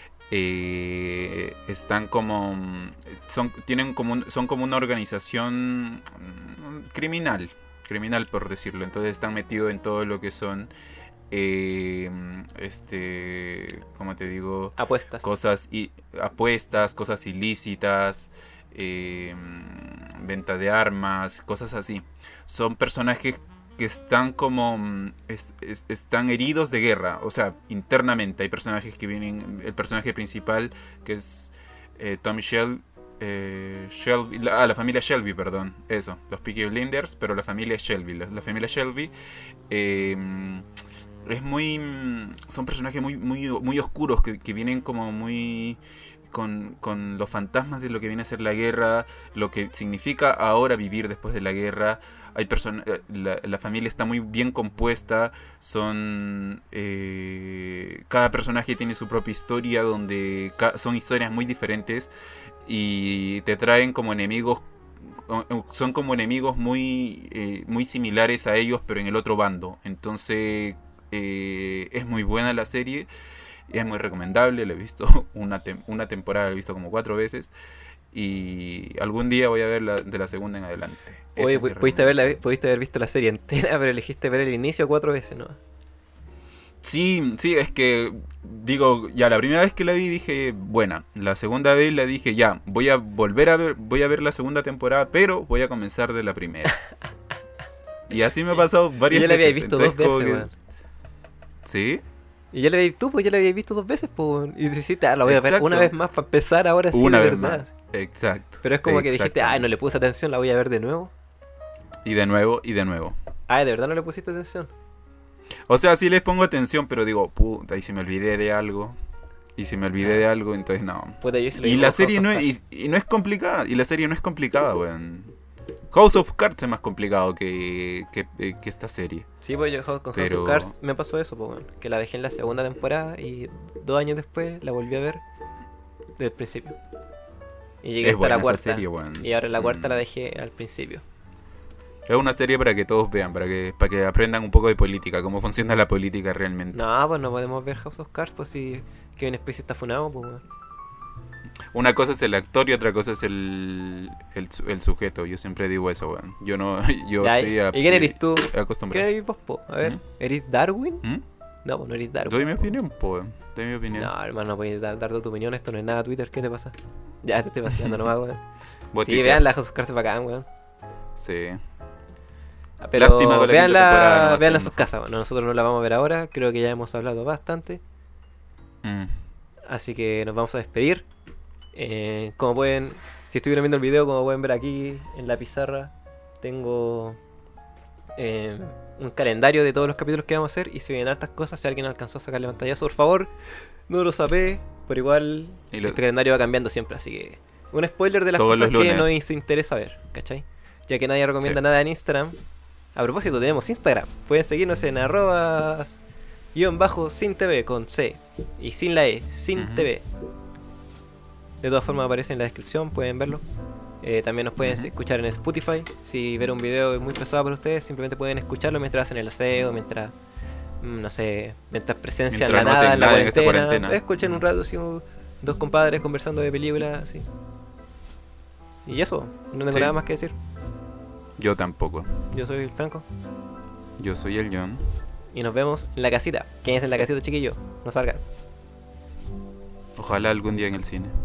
eh, están como... Son, tienen como un- son como una organización mm, criminal. Criminal, por decirlo. Entonces están metidos en todo lo que son... Eh, este... ¿Cómo te digo? Apuestas. Cosas y apuestas, cosas ilícitas, eh, venta de armas, cosas así. Son personajes que están como mm, es- es- están heridos de guerra, o sea, internamente. Hay personajes que vienen, el personaje principal que es eh, Tom Shel, eh, Shelby, la, ah, la familia Shelby, perdón, eso, los Peaky Blinders, pero la familia Shelby, la, la familia Shelby. Eh, es muy... Son personajes muy, muy, muy oscuros que, que vienen como muy... Con, con los fantasmas de lo que viene a ser la guerra, lo que significa ahora vivir después de la guerra. Hay persona, la, la familia está muy bien compuesta, son... Eh, cada personaje tiene su propia historia, donde ca- son historias muy diferentes y te traen como enemigos, son como enemigos muy, eh, muy similares a ellos, pero en el otro bando. Entonces... Eh, es muy buena la serie, es muy recomendable, la he visto una, tem- una temporada, la he visto como cuatro veces y algún día voy a ver la, de la segunda en adelante. Esa Oye, es mi pu- pudiste, haberla, recomendación. pudiste haber visto la serie entera, pero elegiste ver el inicio cuatro veces, ¿no? Sí, sí, es que digo, ya la primera vez que la vi dije, buena, la segunda vez la dije, ya, voy a volver a ver, voy a ver la segunda temporada, pero voy a comenzar de la primera. Y así me ha pasado Y varias ya la veces. habías visto dos entonces como veces, que- weón. ¿Sí? Y ya la habías, tú, pues ya la habías visto dos veces, pues, weón. Y dijiste, ah, la voy a ver Exacto. una vez más para empezar ahora sí, Una de vez verdad. más. Exacto. Pero es como que dijiste, ay, no le Exactamente. puse atención, la voy a ver de nuevo. Y de nuevo, y de nuevo. Ay, de verdad no le pusiste atención. O sea, sí les pongo atención, pero digo, puta, y si me olvidé de algo. Y si me olvidé de algo, entonces no. Puta, yo sí lo Y digo la con serie House no of es, y, y no es complicada. Y la serie no es complicada, weón. House of Cards es más complicado que, que, eh, que esta serie. Sí, pues yo con House Pero- of Cards me pasó eso, pues, bueno, que la dejé en la segunda temporada y dos años después la volví a ver desde el principio. Y llegué Es hasta buena la esa cuarta. serie, weón. Y ahora la cuarta Mm. la dejé al principio. Es una serie para que todos vean, para que, para que aprendan un poco de política, cómo funciona la política realmente. No, pues no podemos ver House of Cards, pues si Kevin Spacey está funado, pues bueno. Una cosa es el actor y otra cosa es el, el, su- el sujeto. Yo siempre digo eso, weón. Yo no. Yo Ya, estoy ¿y a- quién eres tú? acostumbrado. ¿Quién eres vos, po? A ver, ¿Mm? ¿eres Darwin? ¿Mm? No, pues no eres Darwin. Doy mi opinión, po, weón. Doy mi opinión. No, hermano, no puedes dar, dar tu opinión, esto no es nada Twitter, ¿qué te pasa? Ya te estoy vacilando nomás, weón. Vos Sí, tuiteas. vean la House of Cards es bacán, weón. Sí. Pero Lástima con la veanla, quinta temporada no va a veanla en ser sus casas, bueno, nosotros no la vamos a ver ahora, creo que ya hemos hablado bastante, Mm. así que nos vamos a despedir. Eh, como pueden, si estuvieron viendo el video, como pueden ver aquí en la pizarra, tengo eh, un calendario de todos los capítulos que vamos a hacer y se vienen hartas cosas. Si alguien alcanzó a sacarle pantallazo, por favor, no lo sapé, pero igual Y lo- este calendario va cambiando siempre, así que un spoiler de las Todos cosas los que lunes. nos interesa ver, ¿cachai? Ya que nadie recomienda Sí. nada en Instagram. A propósito, tenemos Instagram. Pueden seguirnos en arrobas guión bajo sin TV con C y sin la E, sin Ujú. T V. De todas formas aparece en la descripción, pueden verlo. Eh, también nos pueden Ujú. escuchar en Spotify. Si ver un video es muy pesado para ustedes, simplemente pueden escucharlo mientras hacen el aseo, mientras, mm, no sé, mientras presencian Mientras la no hacen nada en la nada en esta cuarentena. cuarentena. Escuchen un rato así, un- dos compadres conversando de películas, así. Y eso, no tengo Sí. nada más que decir. Yo tampoco. Yo soy el Franco Yo soy el John. y nos vemos en la casita. ¿Quién es en la casita, chiquillo? No salgan. Ojalá algún día en el cine.